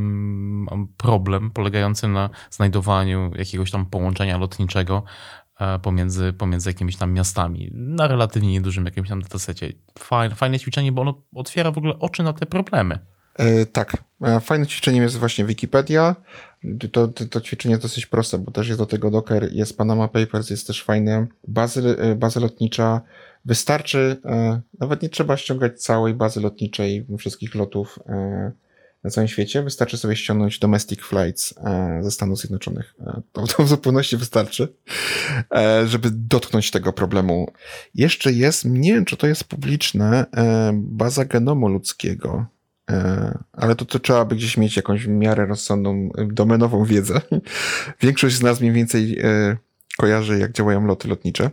[SPEAKER 1] problem polegający na znajdowaniu jakiegoś tam połączenia lotniczego pomiędzy jakimiś tam miastami na relatywnie niedużym jakimś tam datasecie. Fajne ćwiczenie, bo ono otwiera w ogóle oczy na te problemy.
[SPEAKER 2] Tak. Fajnym ćwiczeniem jest właśnie Wikipedia. To ćwiczenie jest dosyć proste, bo też jest do tego Docker, jest Panama Papers, jest też fajne. Baza lotnicza. Wystarczy, nawet nie trzeba ściągać całej bazy lotniczej wszystkich lotów na całym świecie. Wystarczy sobie ściągnąć Domestic Flights ze Stanów Zjednoczonych. To w zupełności wystarczy, żeby dotknąć tego problemu. Jeszcze jest, nie wiem, czy to jest publiczne, baza genomu ludzkiego, ale to trzeba by gdzieś mieć jakąś w miarę rozsądną, domenową wiedzę. Większość z nas mniej więcej kojarzy, jak działają loty lotnicze.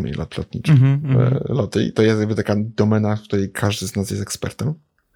[SPEAKER 2] Loty. I to jest jakby taka domena, w której każdy z nas jest ekspertem.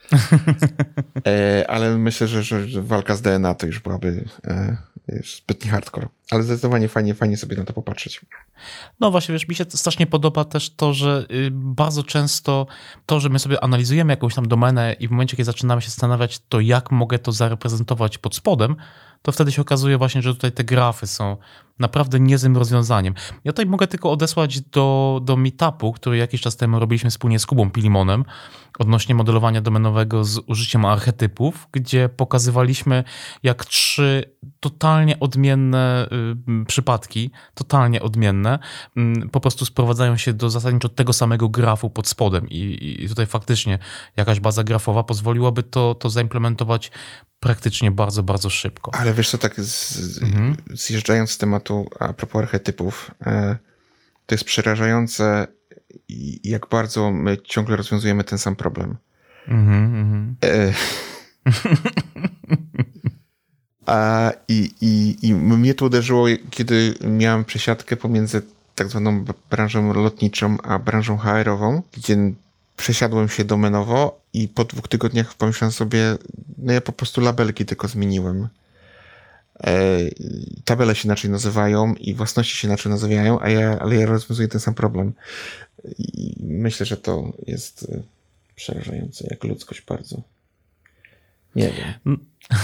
[SPEAKER 2] Ale myślę, że walka z DNA to już byłaby zbytni hardcore. Ale zdecydowanie fajnie sobie na to popatrzeć.
[SPEAKER 1] No właśnie, wiesz, mi się strasznie podoba też to, że bardzo często to, że my sobie analizujemy jakąś tam domenę i w momencie, kiedy zaczynamy się zastanawiać, to jak mogę to zareprezentować pod spodem, to wtedy się okazuje właśnie, że tutaj te grafy są naprawdę niezłym rozwiązaniem. Ja tutaj mogę tylko odesłać do meetupu, który jakiś czas temu robiliśmy wspólnie z Kubą Pilimonem odnośnie modelowania domenowego z użyciem archetypów, gdzie pokazywaliśmy, jak 3 totalnie odmienne przypadki, totalnie odmienne, po prostu sprowadzają się do zasadniczo tego samego grafu pod spodem i tutaj faktycznie jakaś baza grafowa pozwoliłaby to zaimplementować praktycznie bardzo, bardzo szybko.
[SPEAKER 2] Ale wiesz co, tak zjeżdżając z tematu a propos archetypów, to jest przerażające, jak bardzo my ciągle rozwiązujemy ten sam problem. I mnie to uderzyło, kiedy miałem przesiadkę pomiędzy tak zwaną branżą lotniczą a branżą HR-ową, gdzie przesiadłem się domenowo i po 2 tygodniach pomyślałem sobie, no ja po prostu labelki tylko zmieniłem. Tabele się inaczej nazywają i własności się inaczej nazywają, ale ja rozwiązuję ten sam problem. I myślę, że to jest przerażające, jak ludzkość bardzo. Nie wiem.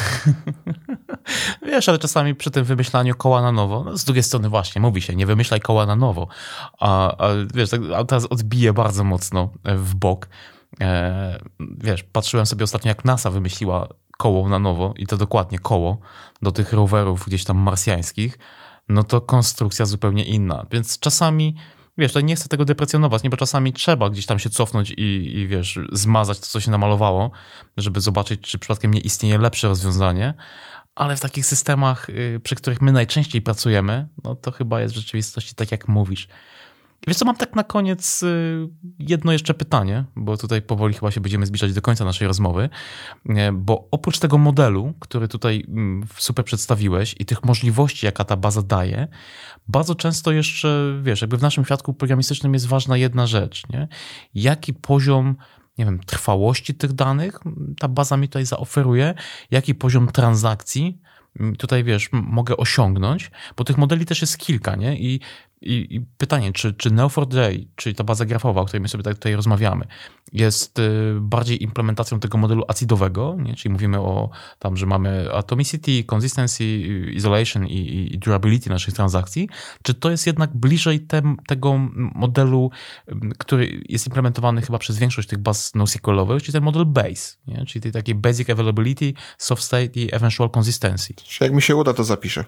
[SPEAKER 1] Wiesz, ale czasami przy tym wymyślaniu koła na nowo, no z drugiej strony właśnie, mówi się, nie wymyślaj koła na nowo, a wiesz, a teraz odbije bardzo mocno w bok. Wiesz, patrzyłem sobie ostatnio, jak NASA wymyśliła koło na nowo i to dokładnie koło do tych rowerów gdzieś tam marsjańskich, no to konstrukcja zupełnie inna, więc czasami wiesz, to nie chcę tego deprecjonować, nie, bo czasami trzeba gdzieś tam się cofnąć i wiesz, zmazać to, co się namalowało, żeby zobaczyć, czy przypadkiem nie istnieje lepsze rozwiązanie, ale w takich systemach, przy których my najczęściej pracujemy, no to chyba jest w rzeczywistości tak, jak mówisz. Wiesz co, mam tak na koniec jedno jeszcze pytanie, bo tutaj powoli chyba się będziemy zbliżać do końca naszej rozmowy, bo oprócz tego modelu, który tutaj super przedstawiłeś i tych możliwości, jaka ta baza daje, bardzo często jeszcze, wiesz, jakby w naszym świadku programistycznym jest ważna jedna rzecz, nie? Jaki poziom, nie wiem, trwałości tych danych ta baza mi tutaj zaoferuje, jaki poziom transakcji tutaj, wiesz, mogę osiągnąć, bo tych modeli też jest kilka, nie? I pytanie, czy Neo4j, czyli ta baza grafowa, o której my sobie tutaj rozmawiamy, jest bardziej implementacją tego modelu acidowego, nie? Czyli mówimy o tam, że mamy atomicity, consistency, isolation i durability naszych transakcji, czy to jest jednak bliżej tego modelu, który jest implementowany chyba przez większość tych baz NoSQL-owych, czyli ten model base, nie? Czyli tej takiej basic availability, soft state i eventual consistency.
[SPEAKER 2] Jak mi się uda, to zapiszę.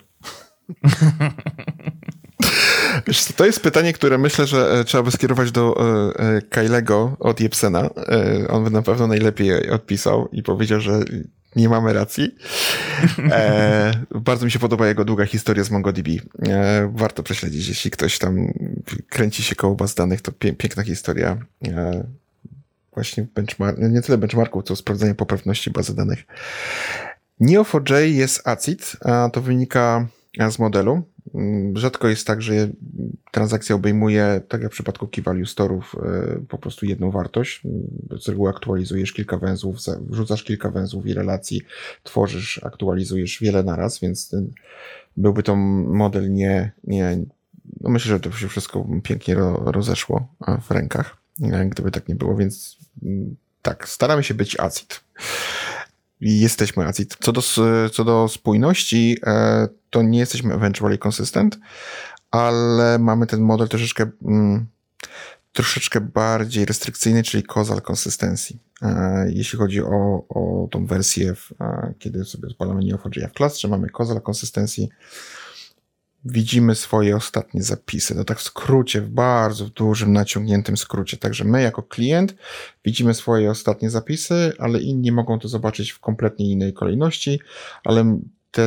[SPEAKER 2] Wiesz, to jest pytanie, które myślę, że trzeba by skierować do Kylego od Jepsena. On by na pewno najlepiej odpisał i powiedział, że nie mamy racji. Bardzo mi się podoba jego długa historia z MongoDB. Warto prześledzić, jeśli ktoś tam kręci się koło baz danych, to piękna historia. Właśnie nie tyle benchmarków, co sprawdzenie poprawności bazy danych. Neo4j jest ACID, a to wynika z modelu. Rzadko jest tak, że transakcja obejmuje, tak jak w przypadku key value store'ów, po prostu jedną wartość. Z reguły aktualizujesz kilka węzłów, wrzucasz kilka węzłów i relacji, tworzysz, aktualizujesz wiele naraz, więc byłby to model no myślę, że to się wszystko pięknie rozeszło w rękach, gdyby tak nie było, więc tak, staramy się być ACID. I jesteśmy ACID. Co do spójności, to nie jesteśmy eventually consistent, ale mamy ten model troszeczkę bardziej restrykcyjny, czyli causal consistency. Jeśli chodzi o tą wersję, kiedy sobie odpalamy Neo4j w klastrze, mamy causal consistency, widzimy swoje ostatnie zapisy. To tak w skrócie, w bardzo dużym, naciągniętym skrócie. Także my jako klient widzimy swoje ostatnie zapisy, ale inni mogą to zobaczyć w kompletnie innej kolejności, ale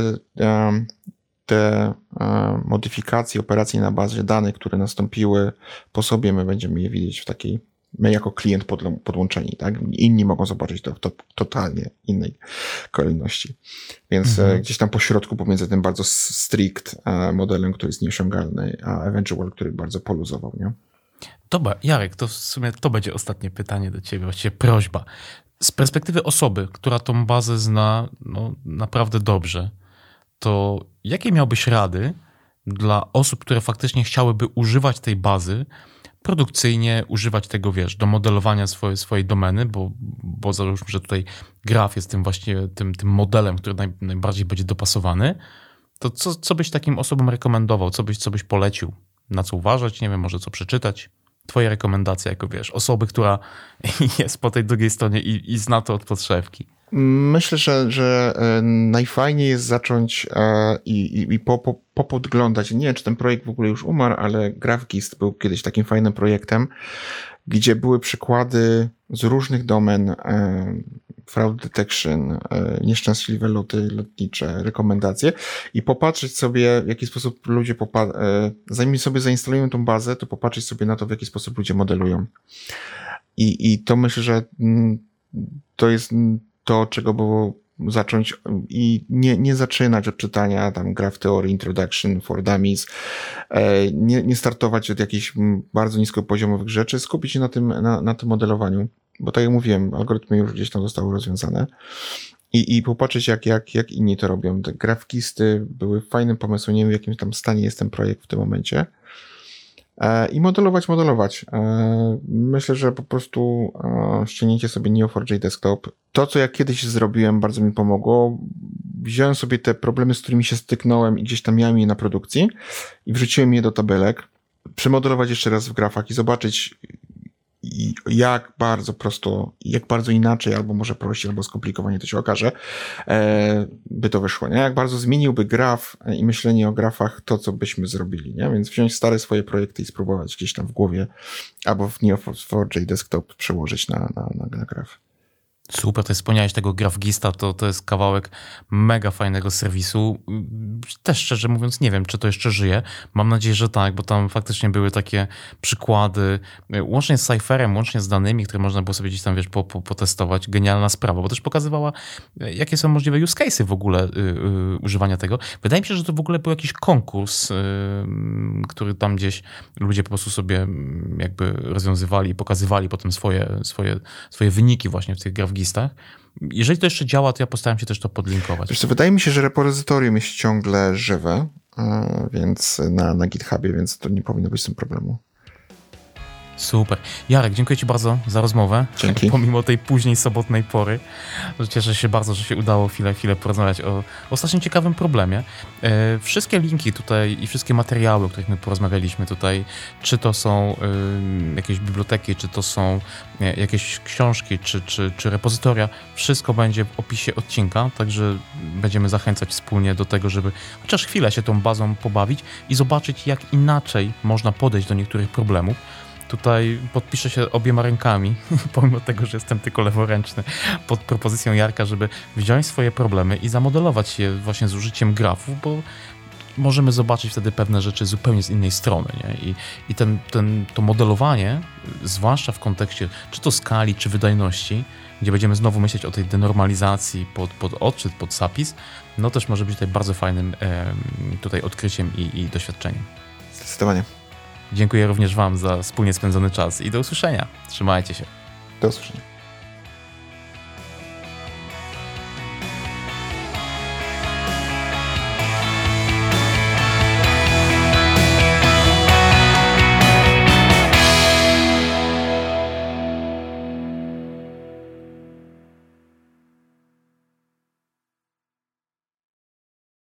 [SPEAKER 2] te modyfikacje, operacje na bazie danych, które nastąpiły po sobie, my będziemy je widzieć w takiej, my jako klient podłączeni, tak? Inni mogą zobaczyć to w totalnie innej kolejności. Więc gdzieś tam po środku pomiędzy tym bardzo strict modelem, który jest nieosiągalny, a eventual, który bardzo poluzował, nie?
[SPEAKER 1] Dobra, Jarek, to w sumie to będzie ostatnie pytanie do ciebie, właściwie prośba. Z perspektywy osoby, która tą bazę zna naprawdę dobrze, to jakie miałbyś rady dla osób, które faktycznie chciałyby używać tej bazy produkcyjnie, używać tego, wiesz, do modelowania swojej domeny, bo załóżmy, że tutaj graf jest tym właśnie tym modelem, który najbardziej będzie dopasowany, to co byś takim osobom rekomendował? Co byś polecił? Na co uważać? Nie wiem, może co przeczytać? Twoje rekomendacje jako, wiesz, osoby, która jest po tej drugiej stronie i zna to od podszewki.
[SPEAKER 2] Myślę, że najfajniej jest zacząć i popodglądać. Nie wiem, czy ten projekt w ogóle już umarł, ale GraphGIST był kiedyś takim fajnym projektem, gdzie były przykłady z różnych domen, fraud detection, nieszczęśliwe loty lotnicze, rekomendacje i popatrzeć sobie, w jaki sposób ludzie zanim sobie zainstalują tą bazę, to popatrzeć sobie na to, w jaki sposób ludzie modelują. I to myślę, że to jest to, czego było zacząć i nie zaczynać od czytania tam Graph Theory Introduction for Dummies, nie startować od jakichś bardzo niskopoziomowych rzeczy, skupić się na tym modelowaniu, bo tak jak mówiłem, algorytmy już gdzieś tam zostały rozwiązane i popatrzeć jak inni to robią. Te GraphGISty były fajnym pomysłem, nie wiem w jakim tam stanie jest ten projekt w tym momencie, I modelować. Myślę, że po prostu ściągnięcie sobie Neo4j Desktop. To, co ja kiedyś zrobiłem, bardzo mi pomogło. Wziąłem sobie te problemy, z którymi się styknąłem i gdzieś tam miałem je na produkcji i wrzuciłem je do tabelek. Przemodelować jeszcze raz w grafach i zobaczyć, jak bardzo prosto, jak bardzo inaczej, albo może prościej, albo skomplikowanie, to się okaże, by to wyszło, nie? Jak bardzo zmieniłby graf i myślenie o grafach to, co byśmy zrobili, nie? Więc wziąć stare swoje projekty i spróbować gdzieś tam w głowie albo w Neo4j Desktop przełożyć na graf.
[SPEAKER 1] Super, to wspomniałeś tego GraphGista, to jest kawałek mega fajnego serwisu. Też szczerze mówiąc nie wiem, czy to jeszcze żyje. Mam nadzieję, że tak, bo tam faktycznie były takie przykłady, łącznie z Cypherem, łącznie z danymi, które można było sobie gdzieś tam, potestować. Genialna sprawa, bo też pokazywała, jakie są możliwe use case'y w ogóle używania tego. Wydaje mi się, że to w ogóle był jakiś konkurs, który tam gdzieś ludzie po prostu sobie jakby rozwiązywali i pokazywali potem swoje wyniki właśnie w tych GraphGistach. Jeżeli to jeszcze działa, to ja postaram się też to podlinkować.
[SPEAKER 2] Wiesz co, wydaje mi się, że repozytorium jest ciągle żywe, więc na GitHubie, więc to nie powinno być z tym problemu.
[SPEAKER 1] Super. Jarek, dziękuję Ci bardzo za rozmowę.
[SPEAKER 2] Dzięki.
[SPEAKER 1] Pomimo tej później sobotnej pory. Cieszę się bardzo, że się udało chwilę porozmawiać o strasznie ciekawym problemie. Wszystkie linki tutaj i wszystkie materiały, o których my porozmawialiśmy tutaj, czy to są jakieś biblioteki, czy to są jakieś książki, czy repozytoria, wszystko będzie w opisie odcinka, także będziemy zachęcać wspólnie do tego, żeby chociaż chwilę się tą bazą pobawić i zobaczyć, jak inaczej można podejść do niektórych problemów. Tutaj podpiszę się obiema rękami, pomimo tego, że jestem tylko leworęczny, pod propozycją Jarka, żeby wziąć swoje problemy i zamodelować je właśnie z użyciem grafów, bo możemy zobaczyć wtedy pewne rzeczy zupełnie z innej strony. Nie? I to modelowanie, zwłaszcza w kontekście czy to skali, czy wydajności, gdzie będziemy znowu myśleć o tej denormalizacji pod odczyt, pod zapis, no też może być tutaj bardzo fajnym tutaj odkryciem i doświadczeniem.
[SPEAKER 2] Zdecydowanie.
[SPEAKER 1] Dziękuję również Wam za wspólnie spędzony czas i do usłyszenia. Trzymajcie się.
[SPEAKER 2] Do usłyszenia.